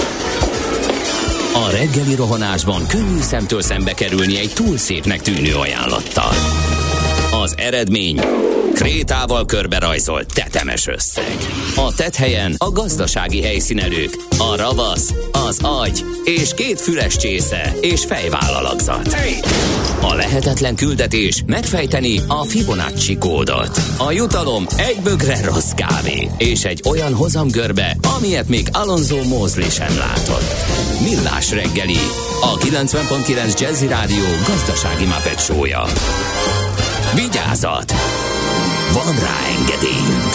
A reggeli rohanásban könnyű szemtől szembe kerülni egy túl szépnek tűnő ajánlattal. Az eredmény krétával körberajzolt tetemes összeg. A tetthelyen a gazdasági helyszínelők, a ravasz, az agy és két füles csésze és fejvállalakzat. A lehetetlen küldetés megfejteni a Fibonacci kódot. A jutalom egy bögre rossz kávé és egy olyan hozamgörbe, amilyet még Alonso Mosley sem látott. Millás reggeli, a kilencven pont kilenc Jazzy Rádió gazdasági Muppet show-ja. Vigyázat! Van rá engedélyünk!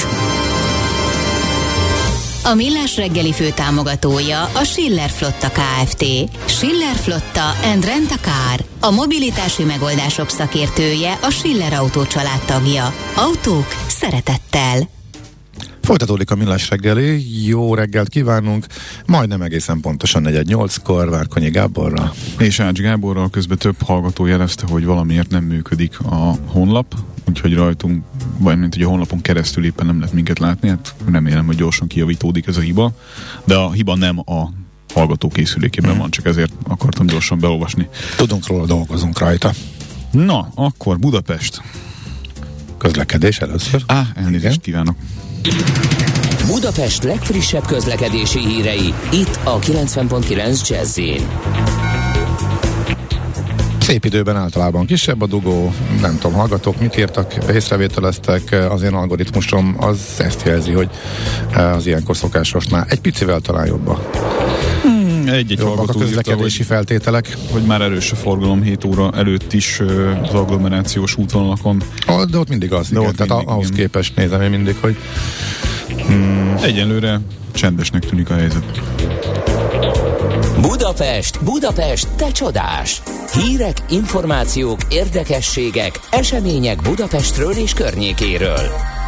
A Millás reggeli főtámogatója a Schiller Flotta Kft. Schiller Flotta and Rent a Car. A mobilitási megoldások szakértője, a Schiller Autó család tagja. Autók szeretettel. Folytatódik a Millás reggeli, jó reggelt kívánunk, majdnem egészen pontosan negyven nyolckor Várkonyi Gáborral. És Ács Gáborral, közben több hallgató jelezte, hogy valamiért nem működik a honlap, úgyhogy rajtunk, vagy mint hogy a honlapon keresztül éppen nem lehet minket látni, hát remélem, hogy gyorsan kijavítódik ez a hiba, de a hiba nem a hallgatókészülékében van, csak ezért akartam gyorsan beolvasni. Tudunk róla, dolgozunk rajta. Na, akkor Budapest. Közlekedés először. Á, elnézést kívánok. Budapest legfrissebb közlekedési hírei, itt a kilencven pont kilenc Jazz-in. Szép időben általában kisebb a dugó, nem tudom, hallgatók mit írtak, észrevételeztek, az én algoritmusom az ezt jelzi, hogy az ilyenkor szokásosnál egy picivel talán jobb a, hmm, egy-egy jobbak a közlekedési írta, feltételek. Hogy már erős a forgalom hét óra előtt is az agglomerációs útvonalakon. De ott mindig az, de igen, ott tehát mindig, ahhoz igen. képest nézem én mindig, hogy Hmm. Egyelőre csendesnek tűnik a helyzet. Budapest, Budapest, te csodás! Hírek, információk, érdekességek, események Budapestről és környékéről.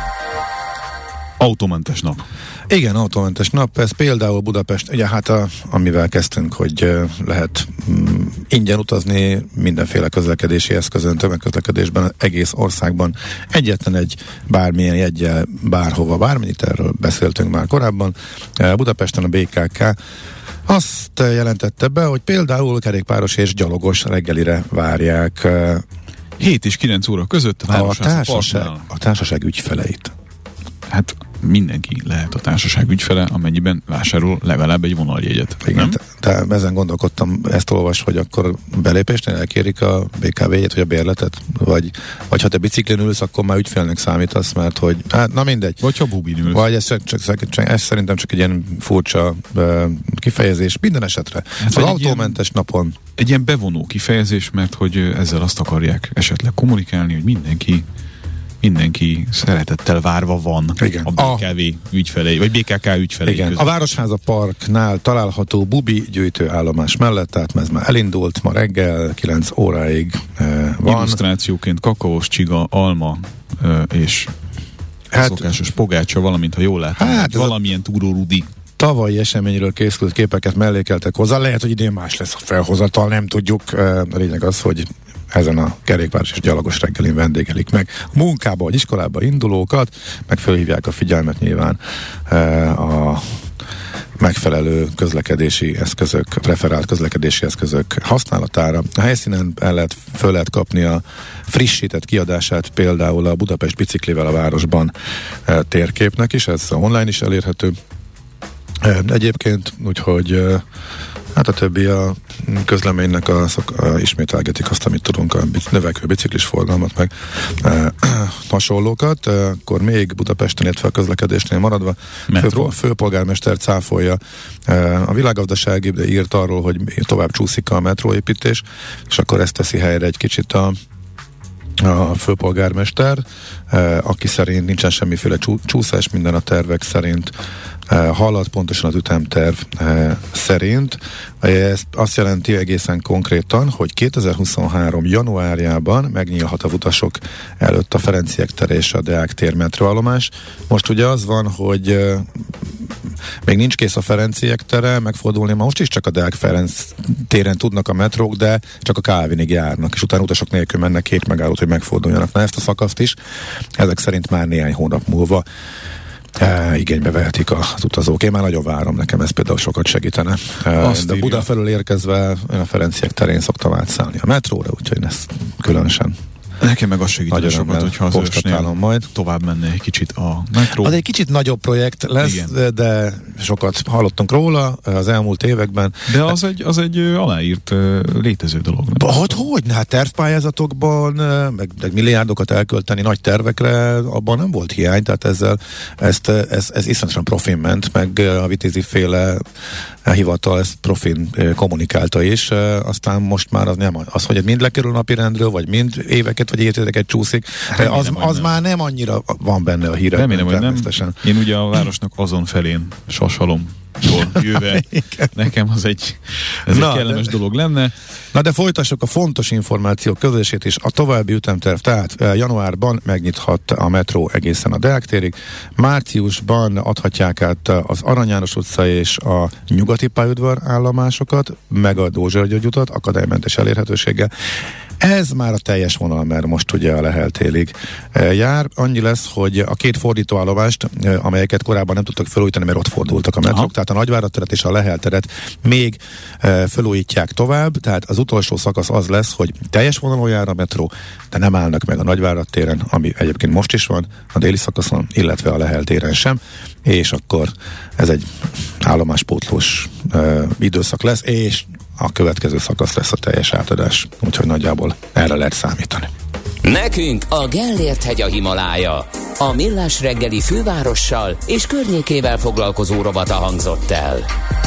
Autómentes nap. igen, autómentes nap, ez például Budapest, ugye hát a, amivel kezdtünk, hogy uh, lehet mm, ingyen utazni mindenféle közlekedési eszközön, tömegközlekedésben egész országban, egyetlen egy bármilyen jeggyel, bárhova, bármennyit, erről beszéltünk már korábban. Uh, Budapesten a bé ká ká azt jelentette be, hogy például kerékpáros és gyalogos reggelire várják uh, hét és kilenc óra között a, a, társaság, a társaság ügyfeleit. Hát mindenki lehet a társaság ügyfele, amennyiben vásárol legalább egy vonaljegyet. Igen, de ezen gondolkodtam, ezt olvas, hogy akkor belépésnél elkérik a bé ká vé-jét, vagy a bérletet, vagy, vagy ha te biciklin ülsz, akkor már ügyfélnek számítasz, mert hogy, hát na mindegy. Vagy ha bubin ülsz. Vagy ez, csak, csak, csak, ez szerintem csak egy ilyen furcsa uh, kifejezés, minden esetre. Hát az autómentes ilyen, napon. Egy ilyen bevonó kifejezés, mert hogy ezzel azt akarják esetleg kommunikálni, hogy mindenki mindenki szeretettel várva van. Igen. A bé ká vé a... ügyfelei, vagy bé ká ká ügyfelei Igen. között. A Városháza Parknál található bubi gyűjtőállomás mellett, tehát ez már elindult, ma reggel kilenc óráig eh, van. Illusztrációként kakaós csiga, alma eh, és hát, szokásos pogácsa, valamint ha jól látom, hát valamilyen túrórudi. Tavalyi eseményről készült képeket mellékeltek hozzá, lehet, hogy idén más lesz a felhozatal, nem tudjuk. A lényeg az, hogy ezen a kerékpáros és gyalogos reggelin vendégelik meg a munkába vagy iskolába indulókat, meg felhívják a figyelmet nyilván a megfelelő közlekedési eszközök, preferált közlekedési eszközök használatára. A helyszínen el lehet, föl lehet kapni a frissített kiadását például a Budapest biciklivel a városban térképnek is, ez online is elérhető. Egyébként, úgyhogy hát a többi a közleménynek a, a, ismételgetik azt, amit tudunk, a növekvő biciklis forgalmat, meg e, hasonlókat. E, akkor még Budapesten, illetve a közlekedésnél maradva, fő, főpolgármester cáfolja. E, a Világgazdasági írt arról, hogy tovább csúszik a metróépítés, és akkor ezt teszi helyre egy kicsit a a főpolgármester, eh, aki szerint nincsen semmiféle csú, csúszás, minden a tervek szerint eh, halad, pontosan az ütemterv eh, szerint. Ez azt jelenti egészen konkrétan, hogy kétezer-huszonhárom januárjában megnyílhat a utasok előtt a Ferenciek tere és a Deák tér metróállomás. Most ugye az van, hogy eh, még nincs kész a Ferenciek tere, megfordulni, ma most is csak a Deák Ferenc téren tudnak a metrók, de csak a Kálvinig járnak, és utána utasok nélkül mennek két megállót, hogy megforduljanak. Na ezt a szakaszt is, ezek szerint már néhány hónap múlva e, igénybe vehetik az utazók. Én már nagyon várom, nekem ez például sokat segítene. E, de Buda felől érkezve a Ferenciek terén szoktam átszállni a metróra, úgyhogy ez különösen nekem meg az segítene sokat, hogyha az ősnél majd tovább menne egy kicsit a metró. Az egy kicsit nagyobb projekt lesz, igen, de sokat hallottunk róla az elmúlt években. De az egy, az egy aláírt létező dolog. Hogy, hogy? Hát tervpályázatokban meg, meg milliárdokat elkölteni nagy tervekre, abban nem volt hiány, tehát ezzel ezt, ez, ez iszonyatosan profin ment, meg a Vitézi féle hivatal ezt profin kommunikálta is, aztán most már az nem az, hogy mind lekerül napirendről, vagy mind éveket, vagy évtizedeket csúszik, remélem, az, az már nem annyira van benne a hírekben. Remélem, hogy nem. Én ugye a városnak azon felén sasalom jól jöve. Nekem az egy, ez Na, egy kellemes de, dolog lenne. Na de folytassuk a fontos információk közösét is. A további ütemterv, tehát januárban megnyithat a metró egészen a Deák térig, márciusban adhatják át az Arany János utca és a Nyugati pályaudvar állomásokat, meg a Dózsa György utat akadálymentes elérhetőséggel. Ez már a teljes vonal, mert most ugye a Lehel télig jár. Annyi lesz, hogy a két fordítóállomást, amelyeket korábban nem tudtak felújítani, mert ott fordultak a metrók, tehát a Nagyvárad teret és a Lehel teret még felújítják tovább, tehát az utolsó szakasz az lesz, hogy teljes vonalon jár a metró, de nem állnak meg a Nagyvárad téren, ami egyébként most is van, a déli szakaszon, illetve a Lehel téren sem, és akkor ez egy állomáspótlós uh, időszak lesz, és a következő szakasz lesz a teljes átadás, úgyhogy nagyjából erre lehet számítani. Nekünk a Gellért hegy a Himalája. A Millás reggeli fővárossal és környékével foglalkozó rovata hangzott el.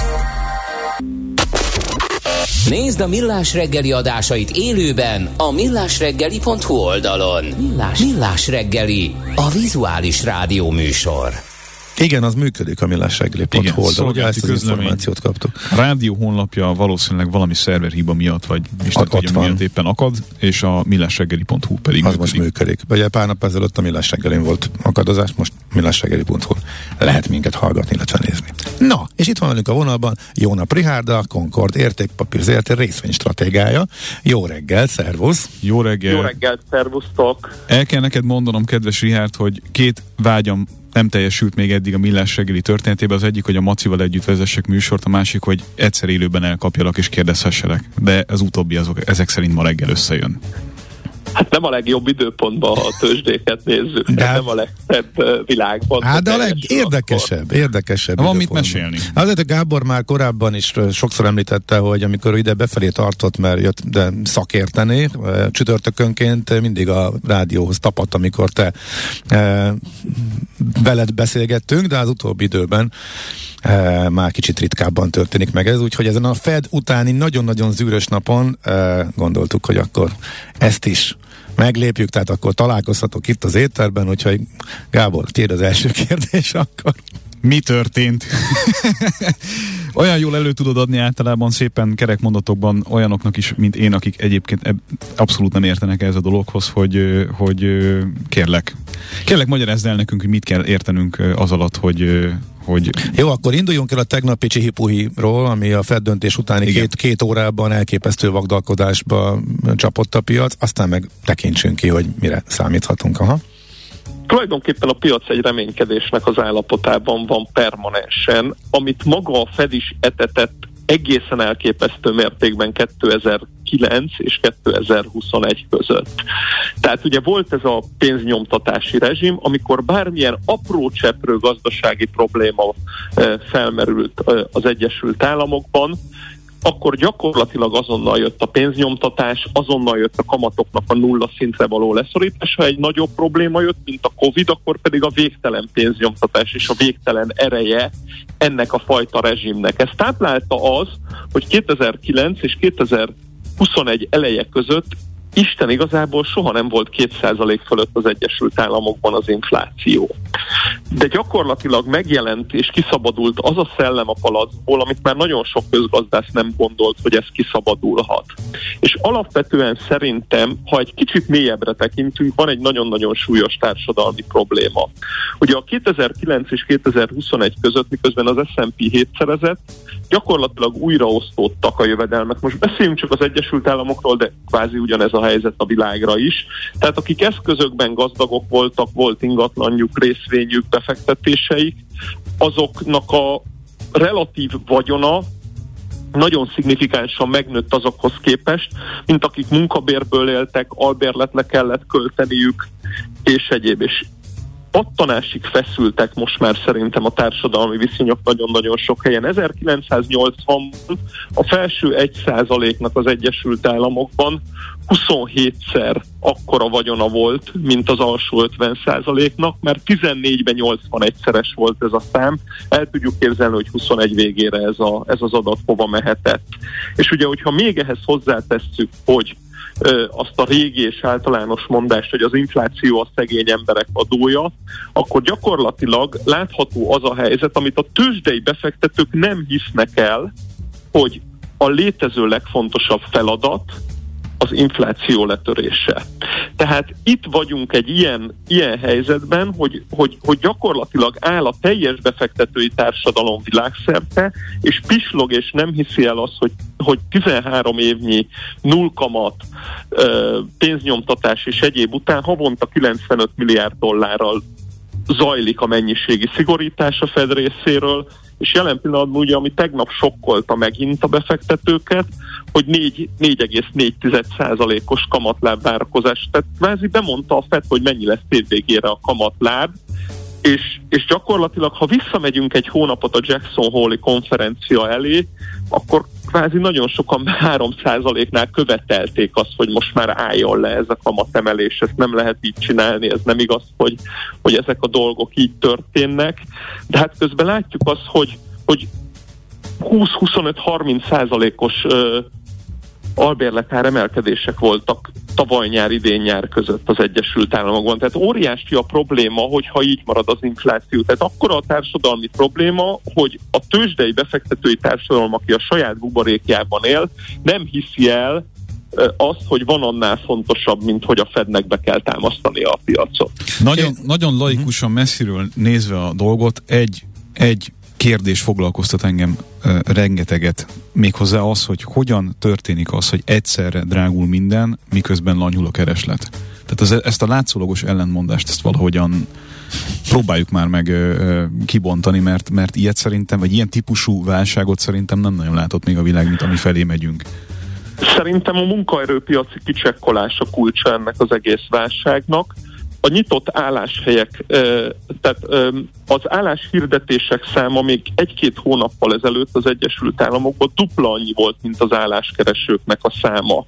Nézd a Millás reggeli adásait élőben a millásreggeli pont hu oldalon. Millás, Millás reggeli, a vizuális rádió műsor. Igen, az működik a millásreggeli pont hu oldalon, ugye ezt az információt kaptuk. A rádió honlapja valószínűleg valami szerverhiba miatt, vagy Isten tudja miatt éppen akad, és a millásreggeli pont hu pedig az működik. most működik. Ugye pár nap ezelőtt a Millásreggelin volt akadozás, most millásreggeli pont hu lehet minket hallgatni, illetve nézni. Na, és itt van velünk a vonalban Jónap Richárd, Concord értékpapír zé er té részvénystratégája. Jó reggel, szervusz! Jó reggel! Jó reggel, szervusztok! El kell neked mondanom, kedves Richárd, hogy két vágyam nem teljesült még eddig a Millás reggeli történetében. Az egyik, hogy a Macival együtt vezessek műsort, a másik, hogy egyszer élőben elkapjalak és kérdezhesselek. De az utóbbi azok, ezek szerint ma reggel összejön. Hát nem a legjobb időpontban, ha a tőzsdéket nézzük, de nem a legszebb világban. Hát de a legérdekesebb, érdekesebb. Van mit mesélni. Azért a Gábor már korábban is sokszor említette, hogy amikor ide befelé tartott, mert jött de szakérteni, csütörtökönként mindig a rádióhoz tapadt, amikor te e, veled beszélgettünk, de az utóbbi időben e, már kicsit ritkábban történik meg ez, úgyhogy ezen a Fed utáni nagyon-nagyon zűrös napon e, gondoltuk, hogy akkor ezt is meglépjük, tehát akkor találkozhatok itt az étterben, úgyhogy Gábor, tiéd az első kérdés akkor. Mi történt? Olyan jól elő tudod adni általában szépen kerek mondatokban olyanoknak is, mint én, akik egyébként eb- abszolút nem értenek ez a dologhoz, hogy, hogy kérlek, kérlek magyarázd el nekünk, hogy mit kell értenünk az alatt, hogy Hogy... Jó, akkor induljunk el a tegnapi csihipuhiról, ami a Fed döntés utáni két, két órában elképesztő vagdalkodásba csapott a piac, aztán meg tekintsünk ki, hogy mire számíthatunk. Aha. Tulajdonképpen a piac egy reménykedésnek az állapotában van permanensen, amit maga a Fed is etetett egészen elképesztő mértékben kétezer-kilenc és kétezer-huszonegy között. Tehát ugye volt ez a pénznyomtatási rezsim, amikor bármilyen apró cseprő gazdasági probléma felmerült az Egyesült Államokban, akkor gyakorlatilag azonnal jött a pénznyomtatás, azonnal jött a kamatoknak a nulla szintre való leszorítás. Ha egy nagyobb probléma jött, mint a Covid, akkor pedig a végtelen pénznyomtatás és a végtelen ereje ennek a fajta rezsimnek. Ezt táplálta az, hogy kétezer-kilenc és kétezer-huszonegy eleje között Isten igazából soha nem volt két százalék fölött az Egyesült Államokban az infláció. De gyakorlatilag megjelent és kiszabadult az a szellem a palacból, amit már nagyon sok közgazdász nem gondolt, hogy ez kiszabadulhat. És alapvetően szerintem, ha egy kicsit mélyebbre tekintünk, van egy nagyon-nagyon súlyos társadalmi probléma. Ugye a kétezer-kilenc és kétezer-huszonegy között, miközben az es and pé hétszerezett, gyakorlatilag újraosztódtak a jövedelmek. Most beszéljünk csak az Egyesült Államokról, de kvázi ugyanez a helyzet a világra is. Tehát akik eszközökben gazdagok voltak, volt ingatlanjuk, részvényük, befektetéseik, azoknak a relatív vagyona nagyon szignifikánsan megnőtt azokhoz képest, mint akik munkabérből éltek, albérletre kellett költeniük, és egyéb. És pattanásig feszültek most már szerintem a társadalmi viszonyok nagyon-nagyon sok helyen. ezerkilencszáznyolcvanban a felső egy százaléknak az Egyesült Államokban huszonhétszer akkora vagyona volt, mint az alsó ötven százaléknak, mert tizennégyben nyolcvanegyszeres volt ez a szám. El tudjuk képzelni, hogy huszonegy végére ez, a, ez az adat hova mehetett. És ugye, hogyha még ehhez hozzátesszük, hogy azt a régi és általános mondást, hogy az infláció a szegény emberek adója, akkor gyakorlatilag látható az a helyzet, amit a tőzsdei befektetők nem hisznek el, hogy a létező legfontosabb feladat az infláció letörése. Tehát itt vagyunk egy ilyen, ilyen helyzetben, hogy, hogy, hogy gyakorlatilag áll a teljes befektetői társadalom világszerte, és pislog és nem hiszi el azt, hogy, hogy tizenhárom évnyi nullkamat, pénznyomtatás és egyéb után havonta kilencvenöt milliárd dollárral zajlik a mennyiségi szigorítás a Fed részéről, és jelen pillanatban ugye, ami tegnap sokkolta megint a befektetőket, hogy négy egész négy százalékos kamatláb várakozás. Tehát kvázi bemondta a Fed, hogy mennyi lesz év végére a kamatláb, és, és gyakorlatilag, ha visszamegyünk egy hónapot a Jackson Hole-i konferencia elé, akkor kvázi nagyon sokan három százaléknál követelték azt, hogy most már álljon le ez a kamatemelés, ezt nem lehet így csinálni, ez nem igaz, hogy, hogy ezek a dolgok így történnek, de hát közben látjuk azt, hogy, hogy húsz-huszonöt-harminc százalékos albérletár emelkedések voltak tavaly nyár, idén nyár között az Egyesült Államokban. Tehát óriási a probléma, hogyha így marad az infláció. Tehát akkora a társadalmi probléma, hogy a tőzsdei befektetői társadalom, aki a saját buborékjában él, nem hiszi el azt, hogy van annál fontosabb, mint hogy a Fednek be kell támasztani a piacot. Nagyon, nagyon laikusan messziről nézve a dolgot, egy, egy kérdés foglalkoztat engem uh, rengeteget, méghozzá az, hogy hogyan történik az, hogy egyszerre drágul minden, miközben lanyul a kereslet. Tehát az, ezt a látszólagos ellentmondást, ezt valahogyan próbáljuk már meg uh, kibontani, mert, mert ilyet szerintem, vagy ilyen típusú válságot szerintem nem nagyon látott még a világ, mint ami felé megyünk. Szerintem a munkaerőpiaci kicsekkolás a kulcsa ennek az egész válságnak. A nyitott álláshelyek, tehát az álláshirdetések száma még egy-két hónappal ezelőtt az Egyesült Államokban dupla annyi volt, mint az álláskeresőknek a száma.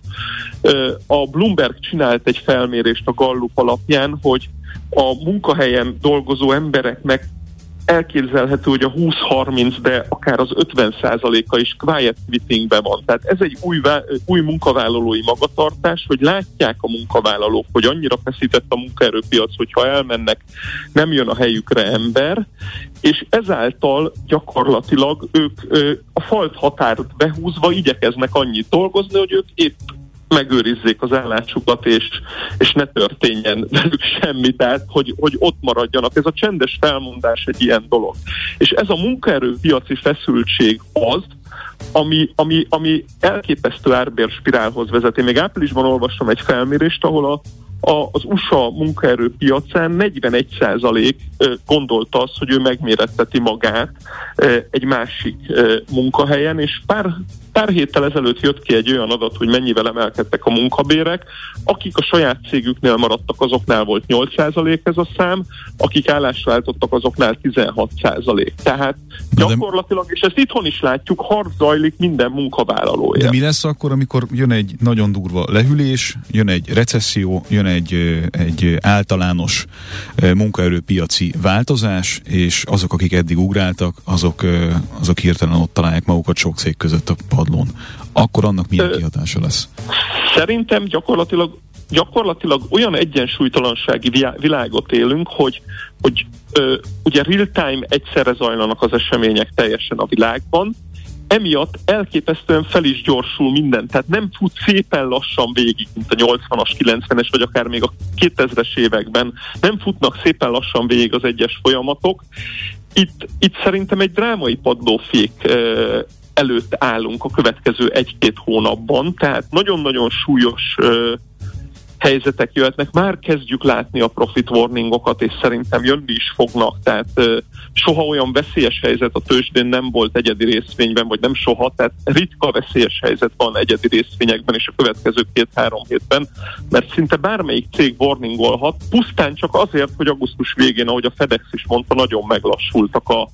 A Bloomberg csinált egy felmérést a Gallup alapján, hogy a munkahelyen dolgozó embereknek elképzelhető, hogy a húsz-harminc, de akár az ötven százaléka is quiet quittingben van. Tehát ez egy új, új munkavállalói magatartás, hogy látják a munkavállalók, hogy annyira feszített a munkaerőpiac, hogyha elmennek, nem jön a helyükre ember, és ezáltal gyakorlatilag ők a falt határt behúzva igyekeznek annyit dolgozni, hogy ők épp megőrizzék az állásukat, és, és ne történjen velük semmi, tehát hogy, hogy ott maradjanak. Ez a csendes felmondás egy ilyen dolog. És ez a munkaerőpiaci feszültség az, ami, ami, ami elképesztő árbérspirálhoz vezet. Én még áprilisban olvastam egy felmérést, ahol a A, az u es á munkaerőpiacán negyvenegy százalék gondolta azt, hogy ő megméretteti magát egy másik munkahelyen, és pár, pár héttel ezelőtt jött ki egy olyan adat, hogy mennyivel emelkedtek a munkabérek. Akik a saját cégüknél maradtak, azoknál volt nyolc százalék ez a szám, akik állást váltottak, azoknál tizenhat százalék. Tehát gyakorlatilag, és ezt itthon is látjuk, harc zajlik minden munkavállalóért. De mi lesz akkor, amikor jön egy nagyon durva lehűlés, jön egy recesszió, jön egy, egy általános munkaerőpiaci változás, és azok, akik eddig ugráltak, azok, azok hirtelen ott találják magukat sok cég között a padlón. Akkor annak milyen Ö, kihatása lesz? Szerintem gyakorlatilag, gyakorlatilag olyan egyensúlytalansági világot élünk, hogy, hogy ö, ugye real-time egyszerre zajlanak az események teljesen a világban, emiatt elképesztően fel is gyorsul minden, tehát nem fut szépen lassan végig, mint a nyolcvanas, kilencvenes, vagy akár még a kétezres években, nem futnak szépen lassan végig az egyes folyamatok. Itt, itt szerintem egy drámai padlófék ö, előtt állunk a következő egy-két hónapban, tehát nagyon-nagyon súlyos ö, helyzetek jöhetnek, már kezdjük látni a profit warningokat, és szerintem jönni is fognak, tehát ö, soha olyan veszélyes helyzet a tőzsdén nem volt egyedi részvényben, vagy nem soha, tehát ritka veszélyes helyzet van egyedi részvényekben és a következő két-három hétben, mert szinte bármelyik cég warningolhat, pusztán csak azért, hogy augusztus végén, ahogy a FedEx is mondta, nagyon meglassultak a,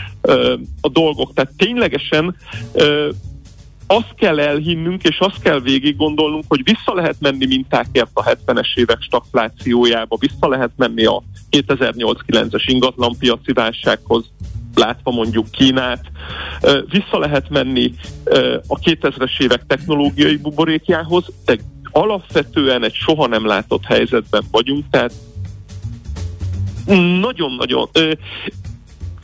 ö, a dolgok. Tehát ténylegesen ö, azt kell elhinnünk, és azt kell végig gondolnunk, hogy vissza lehet menni mintákért a hetvenes évek stagflációjába, vissza lehet menni a kétezer-nyolc-kilences ingatlanpiaci válsághoz, látva mondjuk Kínát, vissza lehet menni a kétezres évek technológiai buborékjához, de alapvetően egy soha nem látott helyzetben vagyunk, tehát nagyon-nagyon...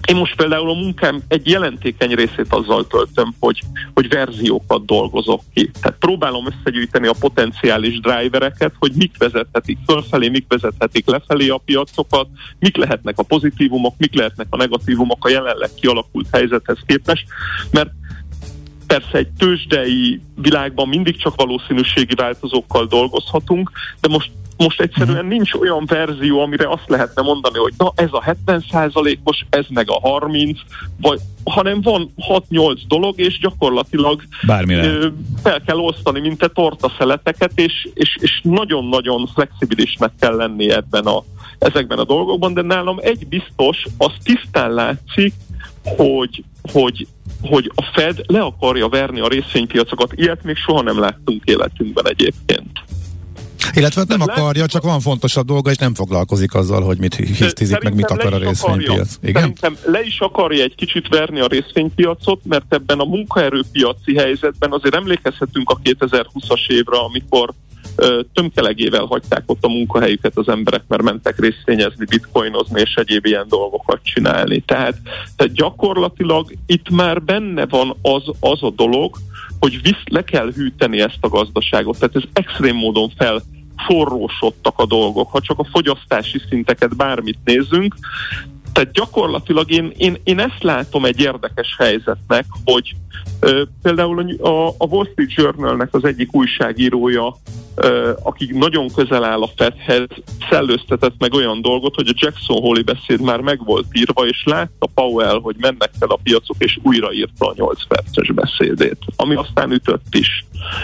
Én most például a munkám egy jelentékeny részét azzal töltöm, hogy, hogy verziókat dolgozok ki. Tehát próbálom összegyűjteni a potenciális drivereket, hogy mik vezethetik fölfelé, mik vezethetik lefelé a piacokat, mik lehetnek a pozitívumok, mik lehetnek a negatívumok a jelenleg kialakult helyzethez képest, mert persze egy tőzsdei világban mindig csak valószínűségi változókkal dolgozhatunk, de most Most egyszerűen nincs olyan verzió, amire azt lehetne mondani, hogy na ez a hetven százalékos, ez meg a harminc, vagy, hanem van hat-nyolc dolog, és gyakorlatilag ö, fel kell osztani, mint a tortaszeleteket, és, és, és nagyon-nagyon flexibilisnek kell lenni ebben a, ezekben a dolgokban, de nálam egy biztos, az tisztán látszik, hogy, hogy, hogy a Fed le akarja verni a részvénypiacokat. Ilyet még soha nem láttunk életünkben egyébként. Illetve nem akarja, csak van fontosabb dolga, és nem foglalkozik azzal, hogy mit hisztizik, meg mit akar a részvénypiac. Igen? Szerintem le is akarja egy kicsit verni a részvénypiacot, mert ebben a munkaerőpiaci helyzetben azért emlékezhetünk a kétezer-húszas évre, amikor ö, tömkelegével hagyták ott a munkahelyüket az emberek, mert mentek részvényezni, bitcoinozni és egyéb ilyen dolgokat csinálni. Tehát, tehát gyakorlatilag itt már benne van az, az a dolog, hogy visz, le kell hűteni ezt a gazdaságot. Tehát ez extrém módon felforrósodtak a dolgok, ha csak a fogyasztási szinteket bármit nézzünk. Tehát gyakorlatilag én, én, én ezt látom egy érdekes helyzetnek, hogy ö, például a, a Wall Street Journalnek az egyik újságírója, ö, aki nagyon közel áll a Fedhez, szellőztetett meg olyan dolgot, hogy a Jackson Hole-i beszéd már meg volt írva, és látta Powell, hogy mennek fel a piacok, és újraírta a nyolc perces beszédét, ami aztán ütött is.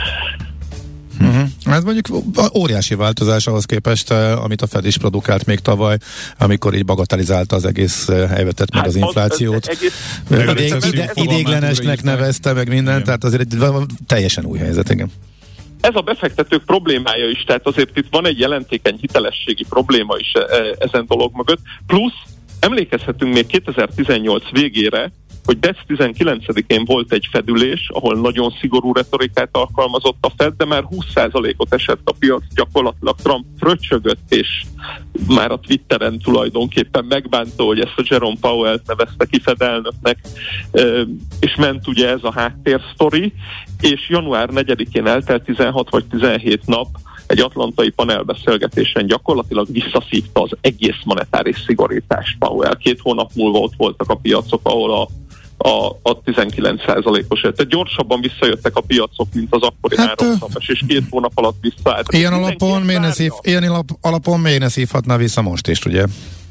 Uh-huh. Ez mondjuk óriási változás ahhoz képest, amit a Fed is produkált még tavaly, amikor így bagatelizálta az egész helyzetet, meg hát az inflációt. Az, az egész... Idég, ide, idéglenesnek nevezte meg mindent, tehát azért egy teljesen új helyzet, igen. Ez a befektetők problémája is, tehát azért itt van egy jelentékeny hitelességi probléma is ezen dolog mögött, plusz emlékezhetünk még kétezer-tizennyolc végére, hogy december tizenkilencedikén volt egy fedülés, ahol nagyon szigorú retorikát alkalmazott a Fed, de már húsz százalékot esett a piac, gyakorlatilag Trump fröccsögött, és már a Twitteren tulajdonképpen megbánta, hogy ezt a Jerome Powell-t nevezte ki Fed elnöknek, és ment ugye ez a háttérsztori, és január negyedikén eltelt tizenhat vagy tizenhét nap, egy atlantai panelbeszélgetésen gyakorlatilag visszaszívta az egész monetáris szigorítást Powell. Két hónap múlva ott voltak a piacok, ahol a A, a tizenkilenc százalékos. Tehát gyorsabban visszajöttek a piacok, mint az akkori hát, áramszabás, és két hónap alatt visszaállt. Ilyen alapon miért ne, szív, ilyen alapon miért ne szívhatná vissza most is, ugye?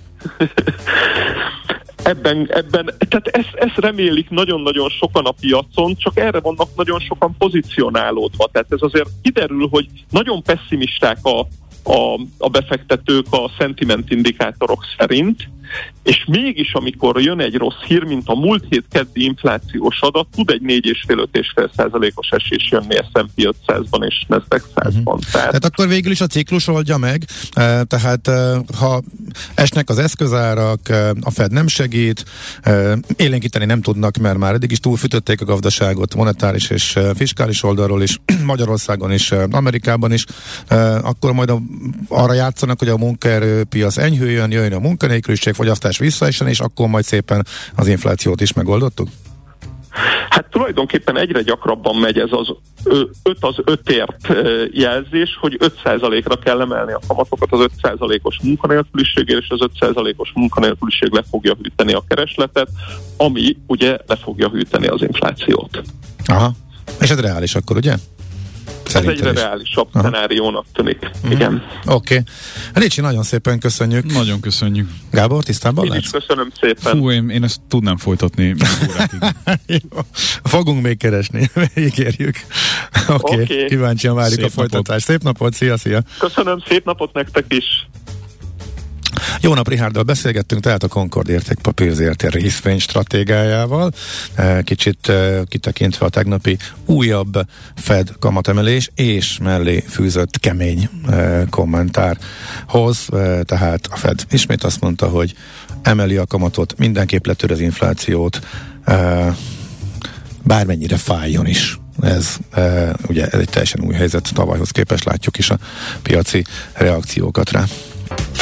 Ebben, ebben, tehát ezt, ezt remélik nagyon-nagyon sokan a piacon, csak erre vannak nagyon sokan pozícionálódva. Tehát ez azért kiderül, hogy nagyon pessimisták a, a, a befektetők a sentiment indikátorok szerint, és mégis, amikor jön egy rossz hír, mint a múlt hét keddi inflációs adat, tud egy négy egész öt-öt egész öt százalékos esés jönni es and pé ötszázban és Nasdaq százban. Uh-huh. Tehát... tehát akkor végül is a ciklus oldja meg, tehát ha esnek az eszközárak, a Fed nem segít, élénkíteni nem tudnak, mert már eddig is túlfűtötték a gazdaságot monetáris és fiskális oldalról is, Magyarországon is, Amerikában is, akkor majd a, arra játszanak, hogy a munkaerőpiac enyhüljön, jöjjön a munkanélküliség, fogyasztás visszaessen, és akkor majd szépen az inflációt is megoldottuk? Hát tulajdonképpen egyre gyakrabban megy ez az öt az ötért jelzés, hogy öt százalékra kell emelni a kamatokat az öt százalékos munkanélküliségért, és az öt százalékos munkanélküliség le fogja hűteni a keresletet, ami ugye le fogja hűteni az inflációt. Aha. És ez reális akkor, ugye? Szerintem ez egyre reálisabb szenáriónak tűnik. Mm. Igen. Oké. Okay. Ricsi, nagyon szépen köszönjük. Nagyon köszönjük. Gábor, tisztában látsz? Én is köszönöm szépen. Fú, én, én ezt tudnám folytatni. Fogunk még keresni. Ígérjük. Oké. Okay. Okay. Kíváncsian várjuk szép a folytatást. Napot. Szép napot, szia, szia. Köszönöm, szép napot nektek is. Jó nap, Richárddal beszélgettünk, tehát a Concord Értékpapír zé er té részvény stratégiájával, kicsit kitekintve a tegnapi újabb Fed kamatemelés és mellé fűzött kemény kommentárhoz, tehát a Fed ismét azt mondta, hogy emeli a kamatot, mindenképp letör az inflációt, bármennyire fájjon is. Ez ugye ez egy teljesen új helyzet, tavalyhoz képest látjuk is a piaci reakciókat rá.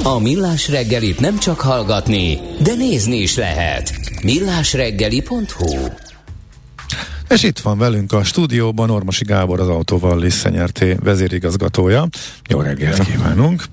A Millás reggelit nem csak hallgatni, de nézni is lehet. millásreggeli pont hu. És itt van velünk a stúdióban Ormosi Gábor, az Autovallis Nyerté vezérigazgatója. Jó reggelt kívánunk!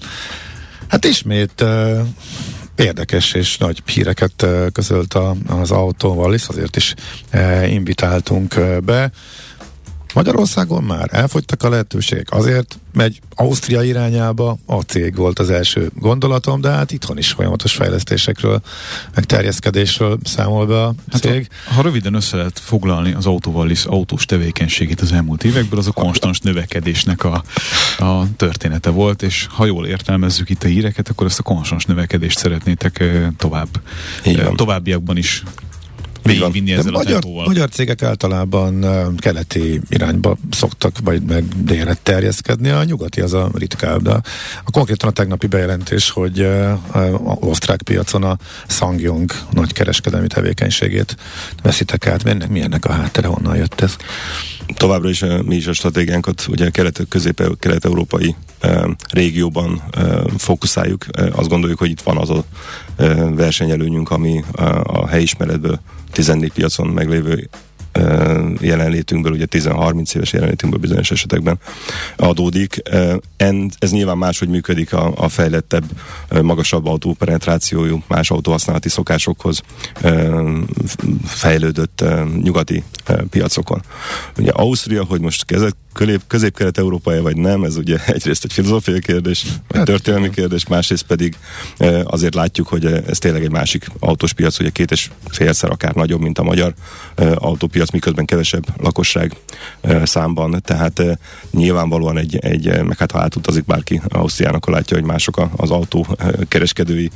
Hát ismét uh, érdekes és nagy híreket uh, közölt a, az Autovallis, azért is uh, invitáltunk uh, be. Magyarországon már elfogytak a lehetőségek, azért megy Ausztria irányába, a cég volt az első gondolatom, de hát itthon is folyamatos fejlesztésekről, meg terjeszkedésről számol be a cég. Hát ha, ha röviden össze lehet foglalni az Autovallis autós tevékenységét az elmúlt évekből, az a konstans növekedésnek a, a története volt, és ha jól értelmezzük itt a híreket, akkor ezt a konstans növekedést szeretnétek tovább, továbbiakban is végigvinni ezzel magyar, a tempóval. Magyar cégek általában uh, keleti irányba szoktak, vagy meg délre terjeszkedni, a nyugati az a ritkább, de a konkrétan a tegnapi bejelentés, hogy uh, uh, osztrák piacon a SsangYong nagy kereskedelmi tevékenységét veszitek át. Ennek mi ennek a háttere, honnan jött ez? Továbbra is uh, mi is a stratégiánkat ugye kelet, közép, kelet-európai uh, régióban uh, fókuszáljuk. Uh, azt gondoljuk, hogy itt van az a uh, versenyelőnyünk, ami uh, a helyismeretből tizennégy piacon meglévő uh, jelenlétünkből, ugye tíz-harminc éves jelenlétünkből bizonyos esetekben adódik. Uh, en, ez nyilván máshogy működik a, a fejlettebb, uh, magasabb autópenetrációjú, más autóhasználati szokásokhoz uh, fejlődött uh, nyugati uh, piacokon. Ugye Ausztria, hogy most kezet közép-kelet-európája vagy nem, ez ugye egyrészt egy filozófiai kérdés, egy történelmi kérdés, másrészt pedig azért látjuk, hogy ez tényleg egy másik autós piac, ugye két és félszer akár nagyobb, mint a magyar autópiac, miközben kevesebb lakosság számban, tehát nyilvánvalóan egy, egy meg hát ha átutazik bárki Ausztriának, akkor látja, hogy mások az autó kereskedői,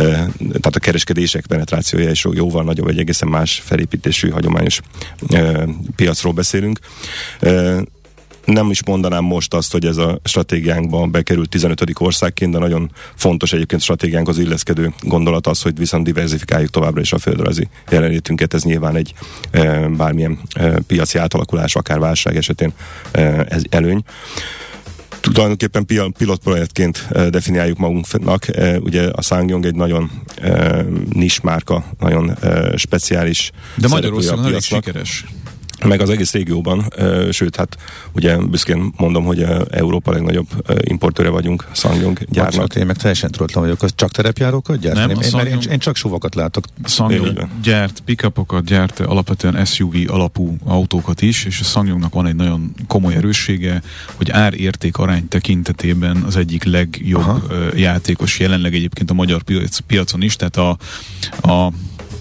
tehát a kereskedések penetrációja is jóval nagyobb, egy egészen más felépítésű, hagyományos piacról beszélünk. Nem is mondanám most azt, hogy ez a stratégiánkban bekerült tizenötödik országként, de nagyon fontos egyébként stratégiánk az illeszkedő gondolat az, hogy viszont diversifikáljuk továbbra is a földrajzi jelenlétünket. Ez nyilván egy e, bármilyen e, piaci átalakulás, akár válság esetén e, ez előny. Tulajdonképpen pilotprojektként e, definiáljuk magunknak. E, ugye a SsangYong egy nagyon e, nis márka, nagyon e, speciális. De Magyarországon elég sikeres. Meg az egész régióban, sőt, hát ugye büszkén mondom, hogy Európa legnagyobb importőre vagyunk SsangYong gyárnak. Bocsánat, én meg teljesen tudottam vagyok, az csak terepjárókat gyárt? Nem, én, SsangYong... én, én csak suvakat látok. SsangYong gyárt pick-upokat, gyárt alapvetően es u vé alapú autókat is, és a SsangYongnak van egy nagyon komoly erőssége, hogy ár-érték arány tekintetében az egyik legjobb Aha. játékos jelenleg egyébként a magyar piacon is, tehát a, a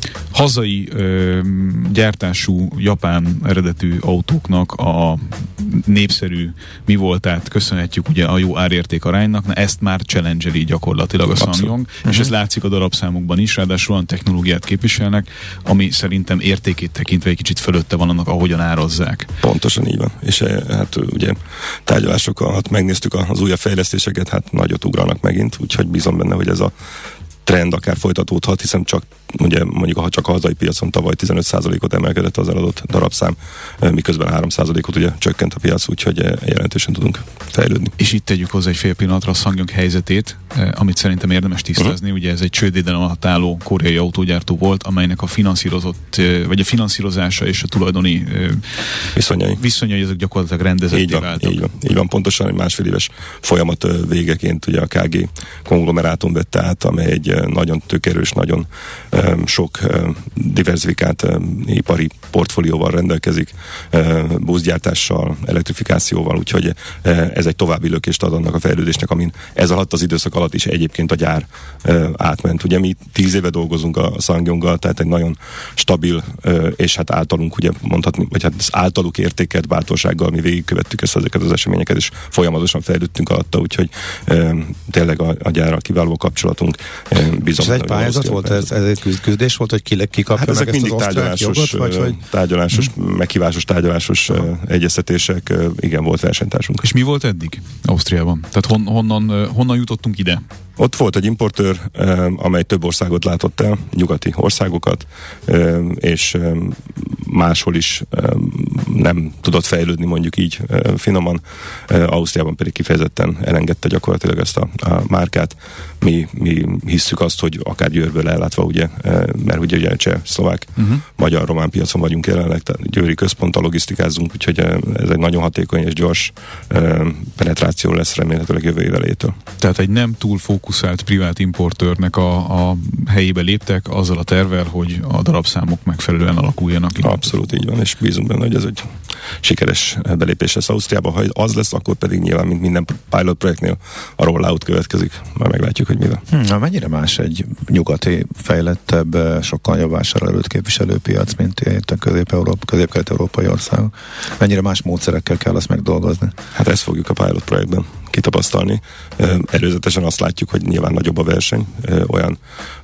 hazai ö, gyártású japán eredetű autóknak a népszerű mi voltát köszönhetjük ugye a jó árérték aránynak, na ezt már challengeri gyakorlatilag a SsangYong, uh-huh. és ez látszik a darabszámokban is, ráadásul olyan technológiát képviselnek, ami szerintem értékét tekintve egy kicsit fölötte van annak, ahogyan árazzák. Pontosan így van. És hát ugye tárgyalásokkal, hát megnéztük az újabb fejlesztéseket, hát nagyot ugranak megint, úgyhogy bízom benne, hogy ez a trend akár folytatódhat, hiszen csak ugye mondjuk ha csak a hazai piacon tavaly tizenöt százalékot emelkedett az eladott darabszám, miközben három százalékot ugye csökkent a piac, úgyhogy jelentősen tudunk fejlődni. És itt tegyük hozzá egy fél pillanatra a SsangYong helyzetét, amit szerintem érdemes tisztázni. Uh-huh. Ugye ez egy csődvédelem alatt álló koreai autógyártó volt, amelynek a finanszírozott, vagy a finanszírozása és a tulajdoni viszonyai, viszonyai ezek gyakorlatilag rendezetté váltak. Így van, így van, pontosan egy másfél éves folyamat végeként ugye a ká gé konglomerátum vette át, amely egy nagyon tőkerős, nagyon um, sok um, diversifikált um, ipari portfólióval rendelkezik, um, buszgyártással, elektrifikációval, úgyhogy uh, ez egy további lökést ad annak a fejlődésnek, amin ez alatt az időszak alatt is egyébként a gyár uh, átment. Ugye mi tíz éve dolgozunk a SsangYonggal, tehát egy nagyon stabil, uh, és hát általunk ugye mondhatni, vagy hát az általuk értékelt bátorsággal mi végigkövettük ezt ezeket az eseményeket, és folyamatosan fejlődtünk alatta, úgyhogy um, tényleg a, a gyárral kiváló kapcsolatunk. És ez egy pályázat volt? Ez, ez egy küzdés volt, hogy ki, ki kapja hát meg ezt az osztrák jogot? Vagy, vagy? Tárgyalásos, hmm. meghívásos tárgyalásos uh, egyeztetések, uh, igen, volt versenytársunk. És mi volt eddig Ausztriában? Tehát hon, honnan, uh, honnan jutottunk ide? Ott volt egy importőr, amely több országot látott el, nyugati országokat, és máshol is nem tudott fejlődni, mondjuk így finoman. Ausztriában pedig kifejezetten elengedte gyakorlatilag ezt a, a márkát. Mi, mi hisszük azt, hogy akár Győrből ellátva, ugye, mert ugye, ugye cseh, szlovák, uh-huh. magyar, román piacon vagyunk jelenleg, tehát győri központtal logisztikázunk, úgyhogy ez egy nagyon hatékony és gyors penetráció lesz remélhetőleg jövő év elejétől. Tehát egy nem túl fókuszált privát importőrnek a, a helyébe léptek azzal a tervvel, hogy a darabszámok megfelelően alakuljanak. Abszolút így van, és bízunk benne, hogy ez egy sikeres belépés lesz Ausztriába. Ha az lesz, akkor pedig nyilván, mint minden pilot projektnél a rollout következik. Már meglátjuk, hogy mivel. Hmm, mennyire más egy nyugati, fejlettebb, sokkal jobb vásárlóerőt képviselő piac, mint itt a közép-európa, közép-kelet-európai országok? Mennyire más módszerekkel kell azt megdolgozni? Hát ezt fogjuk a pilot projektben kitapasztalni. Előzetesen azt látjuk, hogy nyilván nagyobb a verseny, olyan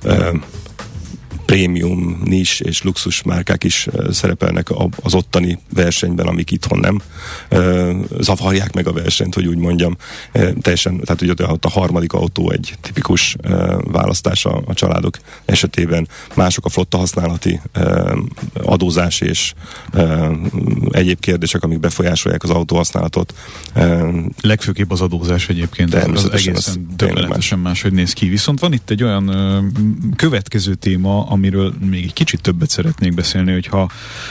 prémium, nis és luxus márkák is uh, szerepelnek a, az ottani versenyben, amik itthon nem uh, zavarják meg a versenyt, hogy úgy mondjam. Uh, teljesen, tehát ugye a harmadik autó egy tipikus uh, választás a, a családok esetében. Mások a flotta használati uh, adózás és uh, egyéb kérdések, amik befolyásolják az autóhasználatot. Uh, Legfőképp az adózás egyébként. Az egészen döbbenetesen máshogy néz ki. Viszont van itt egy olyan uh, következő téma, amiről még egy kicsit többet szeretnék beszélni, hogyha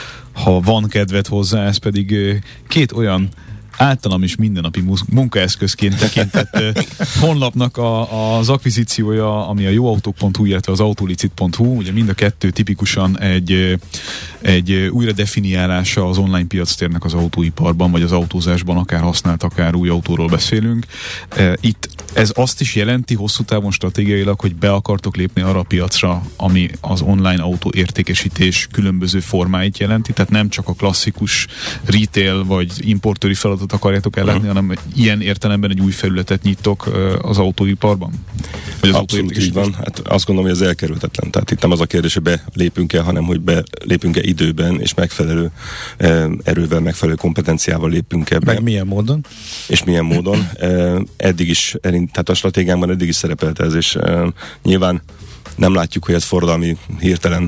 ha van kedved hozzá, ez pedig két olyan általam is mindennapi munkaeszközként tekintett honlapnak a, az akvizíciója, ami a jóautók pont hu, illetve az autolicit pont hu, ugye mind a kettő tipikusan egy, egy újra definiálása az online piactérnek az autóiparban, vagy az autózásban, akár használt, akár új autóról beszélünk. Itt ez azt is jelenti hosszú távon stratégiailag, hogy be akartok lépni arra a piacra, ami az online autó értékesítés különböző formáit jelenti, tehát nem csak a klasszikus retail vagy importőri feladatot akarjátok ellátni, uh-huh. hanem ilyen értelemben egy új felületet nyittok az autóiparban? Vagy az Abszolút így van. Hát azt gondolom, hogy ez elkerülhetetlen. Tehát itt nem az a kérdés, hogy belépünk-e, hanem hogy belépünk-e időben, és megfelelő erővel, megfelelő kompetenciával lépünk ebbe. Meg milyen módon? És milyen módon. Eddig is, tehát a stratégiánkban eddig is szerepelt ez, és nyilván nem látjuk, hogy ez forradalmi hirtelen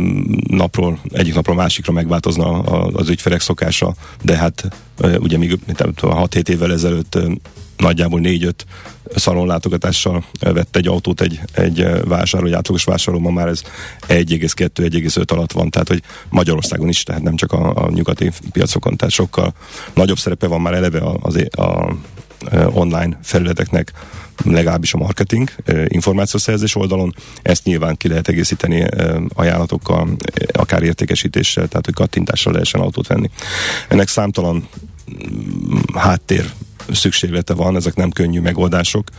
napról, egyik napról másikra megváltozna az ügyfelek szokása, de hát ugye még hat-hét évvel ezelőtt nagyjából négy-öt szalonlátogatással vett egy autót egy, egy vásárló, egy átlagos vásárlóban már ez egy egész kettő - egy egész öt alatt van, tehát hogy Magyarországon is, tehát nem csak a, a nyugati piacokon, tehát sokkal nagyobb szerepe van már eleve az a, a online felületeknek, legalábbis a marketing, információszerzés oldalon. Ezt nyilván ki lehet egészíteni ajánlatokkal, akár értékesítéssel, tehát hogy kattintással lehessen autót venni. Ennek számtalan háttér szükséglete van, ezek nem könnyű megoldások,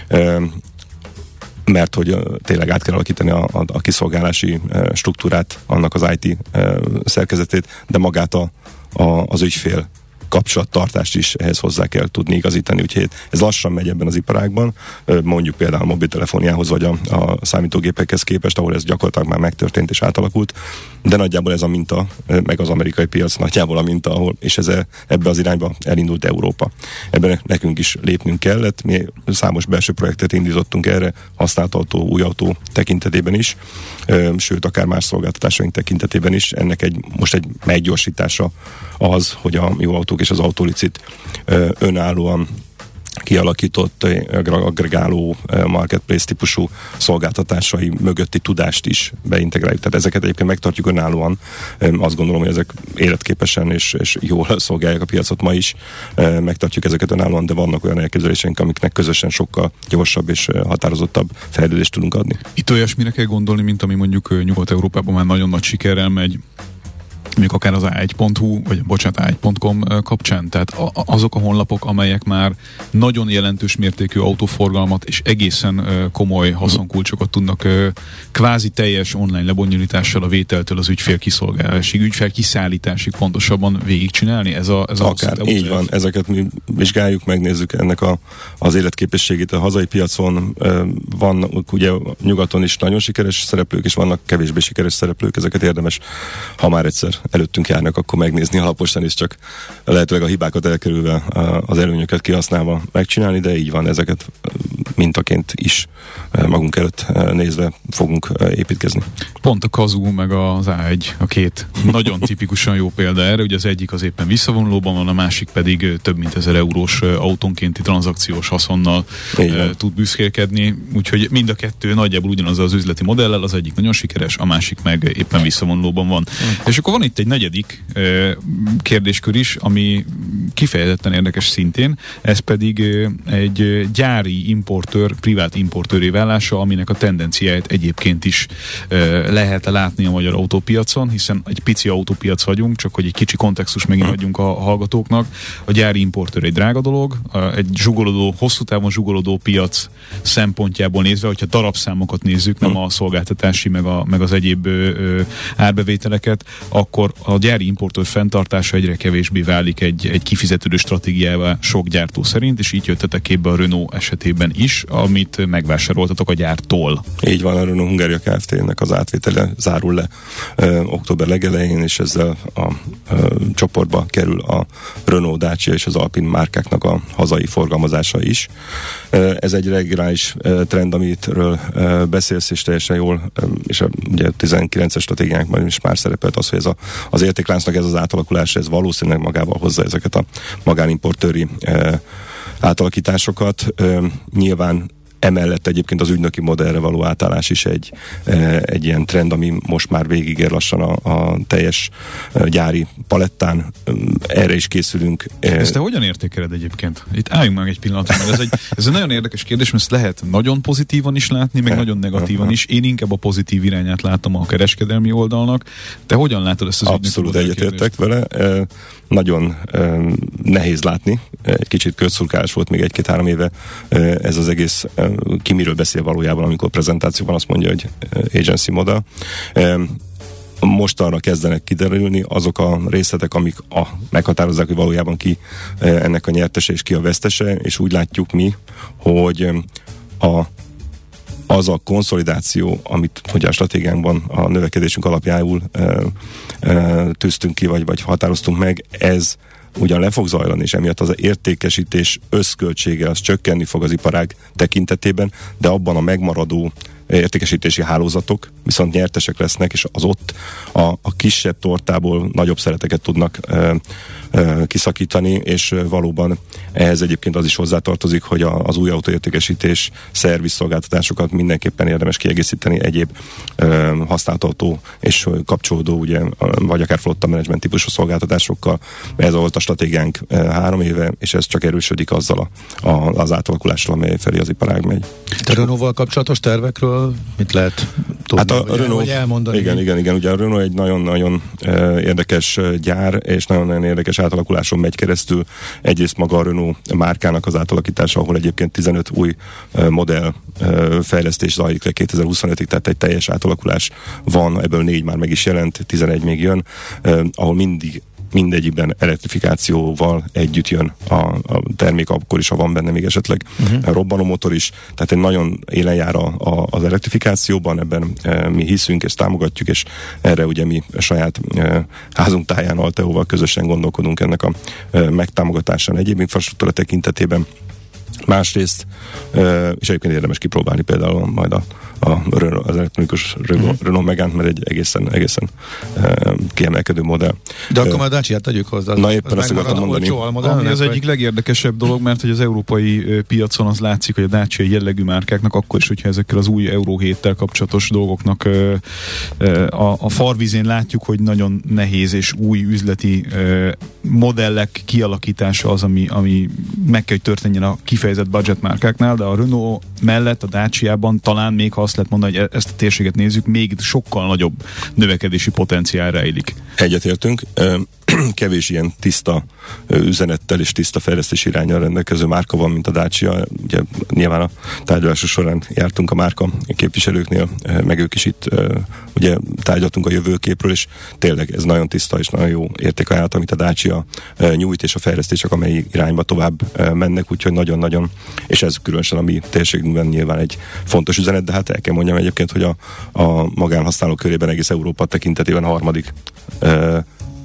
mert hogy tényleg át kell alakítani a, a, a kiszolgálási struktúrát, annak az i té szerkezetét, de magát a, a, az ügyfél kapcsolattartást is ehhez hozzá kell tudni igazítani, úgyhogy ez lassan megy ebben az iparágban, mondjuk például a mobiltelefóniához vagy a, a számítógépekhez képest, ahol ez gyakorlatilag már megtörtént és átalakult, de nagyjából ez a minta, meg az amerikai piac nagyjából a minta, ahol, és ez ebbe az irányba elindult Európa. Ebben nekünk is lépnünk kellett, mi számos belső projektet indítottunk erre, használt autó, új autó tekintetében is, sőt, akár más szolgáltatásaink tekintetében is. Ennek egy, most egy meggyorsítása az, hogy a jó autók és az autolicit önállóan kialakított aggregáló marketplace típusú szolgáltatásai mögötti tudást is beintegráljuk. Tehát ezeket egyébként megtartjuk önállóan. Azt gondolom, hogy ezek életképesen és, és jól szolgálják a piacot ma is. Megtartjuk ezeket önállóan, de vannak olyan elképzeléseink, amiknek közösen sokkal gyorsabb és határozottabb fejlődést tudunk adni. Itt olyasmire kell gondolni, mint ami mondjuk Nyugat-Európában már nagyon nagy sikerrel megy, mondjuk akár az á egy pont hu, vagy bocsánat, á egy pont com kapcsán, tehát a, azok a honlapok, amelyek már nagyon jelentős mértékű autóforgalmat és egészen uh, komoly haszonkulcsokat tudnak uh, kvázi teljes online lebonyolítással a vételtől az ügyfél kiszolgálásig, ügyfél kiszállításig pontosabban végigcsinálni? Ez a, ez akár, a így van, ezeket mi vizsgáljuk, megnézzük ennek a, az életképességét a hazai piacon. Uh, van ugye nyugaton is nagyon sikeres szereplők, és vannak kevésbé sikeres szereplők, ezeket érdemes, ha már egyszer előttünk járnak, akkor megnézni alaposan, és csak lehetőleg a hibákat elkerülve az előnyöket kihasználva megcsinálni, de így van, ezeket mintaként is magunk előtt nézve fogunk építkezni. Pont a Kazoo meg az á egy, a két nagyon tipikusan jó példa erre, ugye az egyik az éppen visszavonulóban van, a másik pedig több mint ezer eurós autónkénti tranzakciós haszonnal e, tud büszkélkedni, úgyhogy mind a kettő nagyjából ugyanaz az üzleti modellel, az egyik nagyon sikeres, a másik meg éppen visszavonulóban van. Mm. És akkor van itt egy negyedik e, kérdéskör is, ami kifejezetten érdekes szintén, ez pedig e, egy gyári importőr, privát importőré válása, aminek a tendenciáját egyébként is e, lehet látni a magyar autópiacon, hiszen egy pici autópiac vagyunk, csak hogy egy kicsi kontextus megint adjunk a hallgatóknak. A gyári importőr egy drága dolog, egy zsugolódó, hosszú távon zsugolódó piac szempontjából nézve, hogyha darabszámokat nézzük, nem a szolgáltatási, meg, a, meg az egyéb ö, ö, árbevételeket, akkor a gyári importőr fenntartása egyre kevésbé válik egy, egy kifizetődő stratégiává sok gyártó szerint, és így jöttetek képbe a Renault esetében is, amit megvásároltatok a gyártól. Így van, a Renault Hungária Kft-nek az átvétele zárul le ö, október legelején, és ezzel a ö, csoportba kerül a Renault, Dacia és az Alpine márkáknak a hazai forgalmazása is. Ö, ez egy regionális ö, trend, amitről ö, beszélsz, és teljesen jól, ö, és a, ugye a tizenkilences stratégiánkban is már szerepelt az, hogy ez a, az értékláncnak ez az átalakulása, ez valószínűleg magával hozza ezeket a magánimportőri ö, átalakításokat. Ö, nyilván emellett egyébként az ügynöki modellre való átállás is egy, egy ilyen trend, ami most már végigér lassan a, a teljes gyári palettán. Erre is készülünk. Ezt te hogyan értékeled egyébként? Itt álljunk meg egy pillanatra, mert ez egy, ez egy nagyon érdekes kérdés, mert ezt lehet nagyon pozitívan is látni, meg nagyon negatívan is. Én inkább a pozitív irányát látom a kereskedelmi oldalnak. Te hogyan látod ezt az ügynöki Abszolút egyetértek vele. Nagyon nehéz látni. Egy kicsit közszurkálás volt még egy-két három éve ez az egész, ki miről beszél valójában, amikor prezentációban azt mondja, hogy agency model. Most arra kezdenek kiderülni azok a részletek, amik a, meghatározzák, hogy valójában ki ennek a nyertese és ki a vesztese, és úgy látjuk mi, hogy a az a konszolidáció, amit ugye a stratégiánkban a növekedésünk alapjául e, e, tűztünk ki, vagy, vagy határoztunk meg, ez ugyan le fog zajlani, és emiatt az értékesítés összköltsége az csökkenni fog az iparág tekintetében, de abban a megmaradó értékesítési hálózatok viszont nyertesek lesznek, és az ott a, a kisebb tortából nagyobb szereteket tudnak e, e, kiszakítani, és valóban ehhez egyébként az is hozzátartozik, hogy a, az új autóértékesítés szervizszolgáltatásokat mindenképpen érdemes kiegészíteni egyéb e, használt autó és kapcsolódó, ugye, vagy akár flotta menedzsment típusú szolgáltatásokkal. Ez volt a stratégiánk e, három éve, és ez csak erősödik azzal a, a, az átalakulással, amely felé az iparág megy. A Renault-val kapcsolatos tervekről mit lehet tudni? Hát a Renault, elmondani? Igen, igen, igen. Ugye a Renault egy nagyon-nagyon uh, érdekes gyár, és nagyon-nagyon érdekes átalakuláson megy keresztül. Egyrészt maga a Renault márkának az átalakítása, ahol egyébként tizenöt új uh, modell uh, fejlesztés zajlik le kétezer-huszonötig, tehát egy teljes átalakulás van, ebből négy már meg is jelent, tizenegy még jön, uh, ahol mindig mindegyikben elektrifikációval együtt jön a, a termék, akkor is, ha van benne még esetleg uh-huh. robbanómotor is. Tehát egy nagyon élen jár a, a, az elektrifikációban, ebben e, mi hiszünk és támogatjuk, és erre ugye mi a saját e, házunk táján Alteóval közösen gondolkodunk ennek a e, megtámogatásán egyéb infrastruktúra tekintetében. Másrészt, e, és egyébként érdemes kipróbálni például majd a, a Renault, az elektronikus Renault, uh-huh. Renault Megane, mert egy egészen, egészen e, kiemelkedő modell. De akkor már a Dacia-t tegyük hozzá. Na éppen azt akartam mondani. Ami az egyik legérdekesebb dolog, mert hogy az európai piacon az látszik, hogy a Dacia jellegű márkáknak akkor is, hogyha ezekkel az új Euró héttel kapcsolatos dolgoknak a, a farvízén látjuk, hogy nagyon nehéz és új üzleti modellek kialakítása az, ami, ami meg kell, hogy történjen a kifejezett budget márkáknál, de a Renault mellett a Dacia-ban talán még, ha azt lehet mondani, hogy ezt a térséget nézzük, még sokkal nagyobb növekedési potenciál rejlik. Egyetértünk. Kevés ilyen tiszta üzenettel és tiszta fejlesztési iránnyal rendelkező márka van, mint a Dacia. Ugye nyilván a tárgyalások során jártunk a márka képviselőknél, meg ők is itt ugye tárgyaltunk a jövőképről, és tényleg ez nagyon tiszta és nagyon jó értékajánlat, amit a Dacia nyújt, és a fejlesztések, amely irányba tovább mennek, úgyhogy nagyon-nagyon, és ez különösen a mi térségünkben nyilván egy fontos üzenet, de hát el kell mondjam egyébként, hogy a, a magánhasználók körében egész Európa tekintetében a harmadik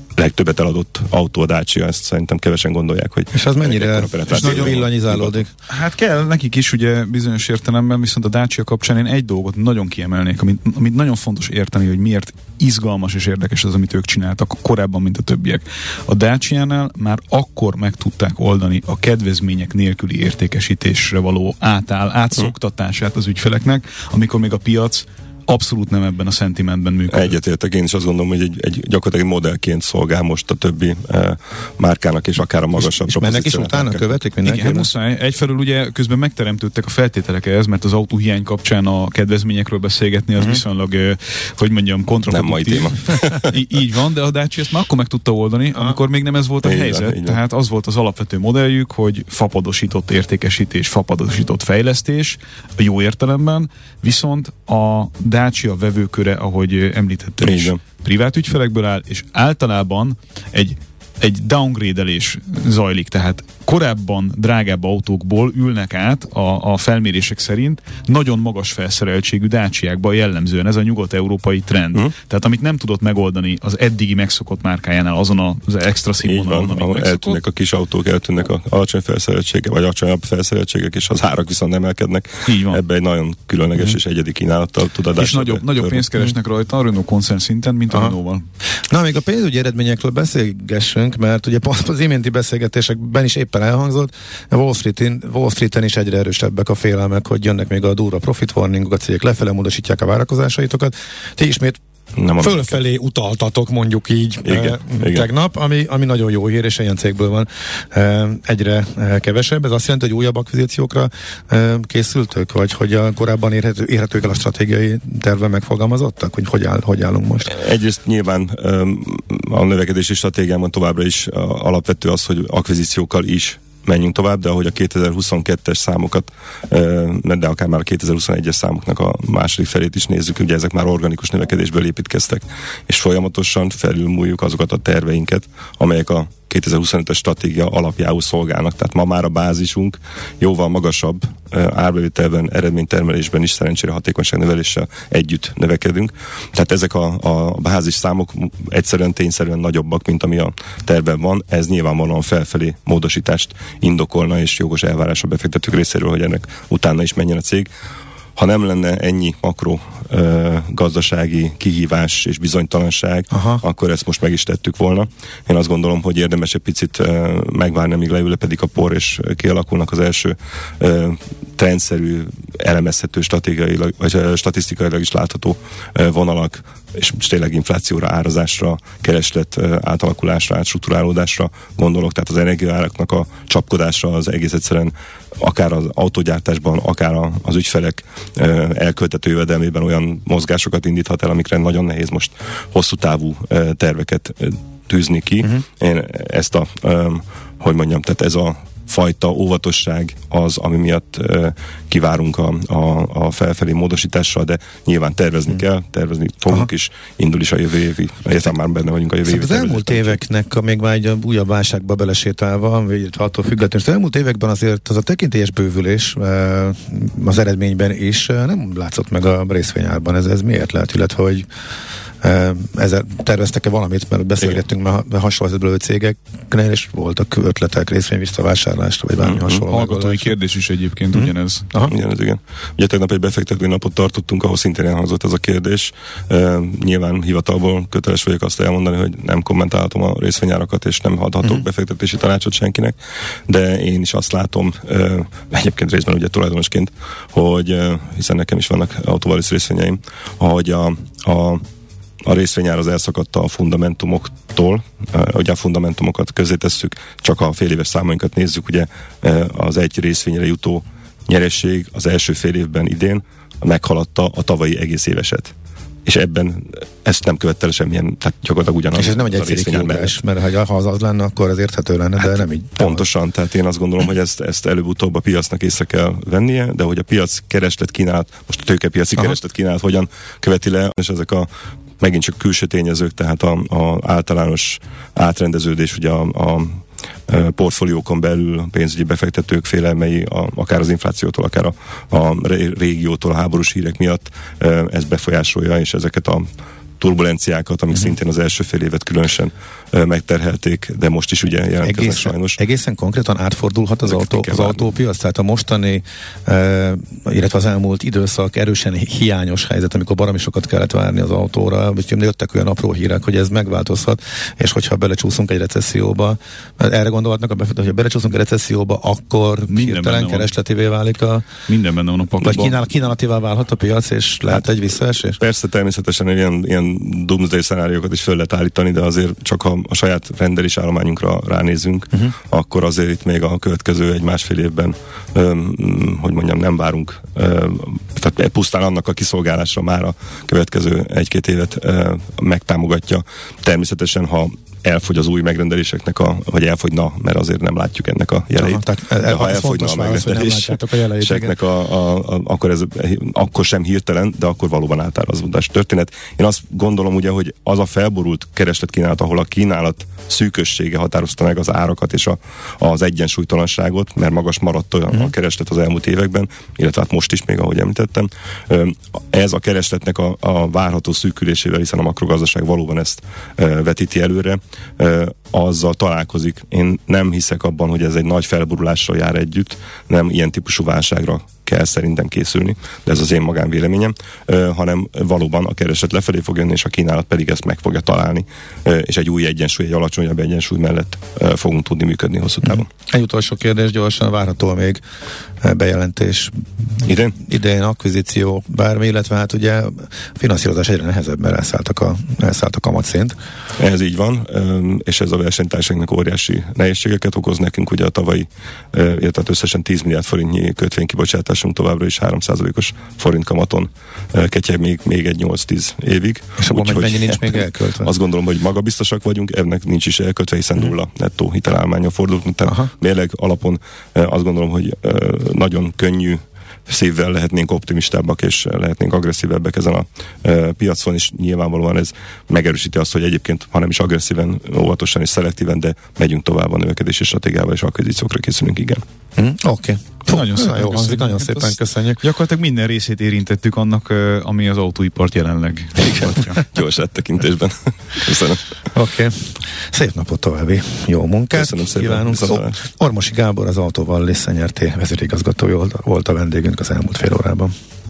legtöbbet eladott autó a Dacia, ezt szerintem kevesen gondolják, hogy... És az mennyire és nagyon villanyizálódik? Hát kell nekik is ugye bizonyos értelemben, viszont a Dacia kapcsán én egy dolgot nagyon kiemelnék, amit, amit nagyon fontos érteni, hogy miért izgalmas és érdekes az, amit ők csináltak korábban, mint a többiek. A Dacia-nál már akkor meg tudták oldani a kedvezmények nélküli értékesítésre való átáll, átszoktatását az ügyfeleknek, amikor még a piac abszolút nem ebben a szentimentben működik. Egyetértek, én is azt gondolom, hogy egy, egy gyakorlatilag egy modellként szolgál most a többi eh, márkának, és akár a magasabb. És, és mennek is utána, követik mindenki? Igen, muszáj. Egyfelől ugye közben megteremtődtek a feltételek ehhez, mert az autóhiány kapcsán a kedvezményekről beszélgetni, az uh-huh. viszonylag, eh, hogy mondjam, kontraproduktív. Nem mai téma. Í- így van, de a Dacia ezt már akkor meg tudta oldani, Aha. amikor még nem ez volt a így helyzet. Van, Tehát az volt az alapvető modelljük, hogy fapadosított értékesítés, fapadosított fejlesztés, a jó értelemben, viszont a Dacia vevőköre, ahogy említettem is, privát ügyfelekből áll, és általában egy, egy downgrade-elés zajlik, tehát korábban drágább autókból ülnek át a, a felmérések szerint nagyon magas felszereltségű Daciákba jellemzően, ez a nyugat-európai trend. Uh-huh. Tehát amit nem tudott megoldani az eddigi megszokott márkájánál azon az extra színvonalon, amit megszokott. Eltűnnek a kis autók, eltűnnek a alacsony felszereltségek, vagy alacsonyabb felszereltségek, és az árak viszont emelkednek. Ebben egy nagyon különleges uh-huh. és egyedi kínálattal tud a Dacia. És nagyobb, nagyobb pénzt keresnek uh-huh. rajta a Renault koncern szinten, mint Aha. a Renault-val. Na, még a pénzügyi eredményekről beszélgessünk, mert ugye pont az iménti beszélgetésekben is éppen elhangzott, Wall Street-en, Wall Street-en is egyre erősebbek a félelmek, hogy jönnek még a durva profit warningok, a cégek lefele módosítják a várakozásaitokat. Ti ismét nem fölfelé utaltatok, mondjuk így igen, e, tegnap, ami, ami nagyon jó hír, és ilyen cégből van e, egyre e, kevesebb. Ez azt jelenti, hogy újabb akvizíciókra e, készültök, vagy hogy a korábban érhető, érhetők el a stratégiai tervben megfogalmazottak, hogy hogy, áll, hogy állunk most? Egyrészt nyilván a növekedési stratégiában továbbra is alapvető az, hogy akvizíciókkal is menjünk tovább, de ahogy a kétezer-huszonkettes számokat, de akár már a kétezer-huszonegyes számoknak a második felét is nézzük, ugye ezek már organikus növekedésből építkeztek, és folyamatosan felülmúljuk azokat a terveinket, amelyek a kétezer-huszonötös stratégia alapjául szolgálnak. Tehát ma már a bázisunk jóval magasabb árbevételben, eredménytermelésben is szerencsére hatékonyságnöveléssel együtt növekedünk. Tehát ezek a, a bázis számok egyszerűen tényszerűen nagyobbak, mint ami a tervben van. Ez nyilvánvalóan felfelé módosítást indokolna, és jogos elvárás a befektetők részéről, hogy ennek utána is menjen a cég. Ha nem lenne ennyi makro ö, gazdasági kihívás és bizonytalanság, Aha. akkor ezt most meg is tettük volna. Én azt gondolom, hogy érdemes egy picit ö, megvárni, amíg leülepedik a por, és kialakulnak az első ö, trendszerű, elemezhető stratégiailag, vagy ö, statisztikailag is látható ö, vonalak, és tényleg inflációra, árazásra, kereslet ö, átalakulásra, átstruktúrálódásra gondolok, tehát az energiaáraknak a csapkodása az egész egyszerűen akár az autógyártásban, akár az ügyfelek elköltető jövedelmében olyan mozgásokat indíthat el, amikre nagyon nehéz most hosszú távú terveket tűzni ki. Uh-huh. Én ezt a, hogy mondjam, tehát ez a fajta óvatosság az, ami miatt uh, kivárunk a, a, a felfelé módosítással, de nyilván tervezni hmm. kell, tervezni fogunk is, indul is a jövő évi, egyáltalán már benne vagyunk a jövő évi. Az elmúlt éveknek, még már egy újabb válságba belesétálva, vagy attól függetlenül, az elmúlt években azért az a tekintélyes bővülés az eredményben is nem látszott meg a részvényárban. Ez, ez miért lehet, illetve hogy ezzel terveztek-e valamit, mert beszélgettünk már hasonló cégeknél, és voltak ötletek részvény visszavásárlásra, vagy bármi mm-hmm. hasonló. Hallgatói kérdés is egyébként mm-hmm. ugyanez. Aha. Ugyanez, igen. Ugye tegnap egy befektető napot tartottunk, ahol szintén elhangzott ez a kérdés. Uh, nyilván hivatalból köteles vagyok azt elmondani, hogy nem kommentálhatom a részvényárakat, és nem adhatok mm-hmm. befektetési tanácsot senkinek, de én is azt látom, uh, egyébként részben ugye tulajdonosként, hogy uh, hiszen nekem is vannak autóval részvényeim, hogy a, a a részvényár az elszakadta a fundamentumoktól, ugye a fundamentumokat közé tesszük, csak a fél éves számainkat nézzük, ugye az egy részvényre jutó nyeresség az első fél évben idén meghaladta a tavalyi egész éveset. És ebben ezt nem követte el semmilyen, tehát gyakorlatilag ugyanaz. És ez nem egy egyszerű kiugrás, mert ha az az lenne, akkor az érthető lenne, hát de nem így. Pontosan, tehát én azt gondolom, hogy ezt, ezt előbb-utóbb a piacnak észre kell vennie, de hogy a piac kereslet kínálat, most a tőkepiaci Aha. kereslet kínálat hogyan követi le, és ezek a megint csak külső tényezők, tehát a, a általános átrendeződés, ugye a, a portfóliókon belül pénzügyi befektetők félelmei, a, akár az inflációtól, akár a, a régiótól, a háborús hírek miatt ez befolyásolja, és ezeket a turbulenciákat, amik uh-huh. szintén az első fél évet különösen megterhelték, de most is ugye jelentkeznek egészen, sajnos. Egészen konkrétan átfordulhat az, autó, az autópiac, tehát a mostani, e, illetve az elmúlt időszak erősen hiányos helyzet, amikor baromi sokat kellett várni az autóra, úgyhogy jöttek olyan apró hírek, hogy ez megváltozhat, és hogyha belecsúszunk egy recesszióba, erre gondolhatnak a befektetők, hogyha belecsúszunk egy recesszióba, akkor hirtelen keresletévé válik a... Minden benne van a pakliban. Vagy kínál, kínálativá válhat a piac, és lehet hát, egy visszaesés? Persze, természetesen ilyen, ilyen doomsday szenáriókat is föl lehet állítani, de azért csak ha a saját rendelés állományunkra ránézünk, uh-huh. akkor azért itt még a következő egy másfél évben, öm, hogy mondjam, nem várunk. Öm, tehát pusztán annak a kiszolgálásra már a következő egy-két évet öm, megtámogatja. Természetesen, ha elfogy az új megrendeléseknek a, vagy elfogyna, mert azért nem látjuk ennek a jeleit. Aha, tehát, de ha elfogyna a megrendeléseknek, a, a, a, akkor, ez, akkor sem hirtelen, de akkor valóban átárazódás történet. Én azt gondolom ugye, hogy az a felborult keresletkínálat, ahol a kínálat szűkössége határozta meg az árakat és a, az egyensúlytalanságot, mert magas maradt a, a kereslet az elmúlt években, illetve hát most is még, ahogy említettem. Ez a keresletnek a, a várható szűkülésével, hiszen a makrogazdaság valóban ezt vetíti előre, azzal találkozik. Én nem hiszek abban, hogy ez egy nagy felborulással jár együtt, nem ilyen típusú válságra kell szerintem készülni, de ez az én magánvéleményem, hanem valóban a kereslet lefelé fog jönni, és a kínálat pedig ezt meg fogja találni, és egy új egyensúly, egy alacsonyabb egyensúly mellett fogunk tudni működni hosszú távon. Egy utolsó kérdés, gyorsan várható még bejelentés idén? Idén, akvizíció, bármi, illetve hát ugye a finanszírozás egyre nehezebb, mert elszállt a, elszállt a kamatszint. Ez így van, és ez a versenytársainknak óriási nehézségeket okoz nekünk, ugye a tavalyi, illetve összesen tíz milliárd forintnyi kötvénykibocsátásunk továbbra is három százalékos forint kamaton ketyeg még, még egy nyolc-tíz évig. És abban meg mennyi nincs még elköltve? Azt gondolom, hogy magabiztosak vagyunk, ennek nincs is elköltve, hiszen hmm. nulla nettó hitelállománnyal fordult, tehát mérleg alapon azt gondolom, hogy nagyon könnyű szívvel lehetnénk optimistábbak, és lehetnénk agresszívebbek ezen a e, piacon, és nyilvánvalóan ez megerősíti azt, hogy egyébként, ha nem is agresszíven, óvatosan és szelektíven, de megyünk tovább a növekedési stratégiával, és akvizíciókra készülünk, igen. Mm, Oké. Okay. Nagyon szépen, jó, hangzik, nagyon szépen azt köszönjük. Gyakorlatilag minden részét érintettük annak, ami az autóipart jelenleg. Gyors áttekintésben. Köszönöm. Oké. Okay. Szép napot további. Jó munkát. Köszönöm szépen. Kívánunk. Ormosi Gábor, az Autóval Lissza Nyerté vezérigazgatója volt a vendégünk az elmúlt fél órában.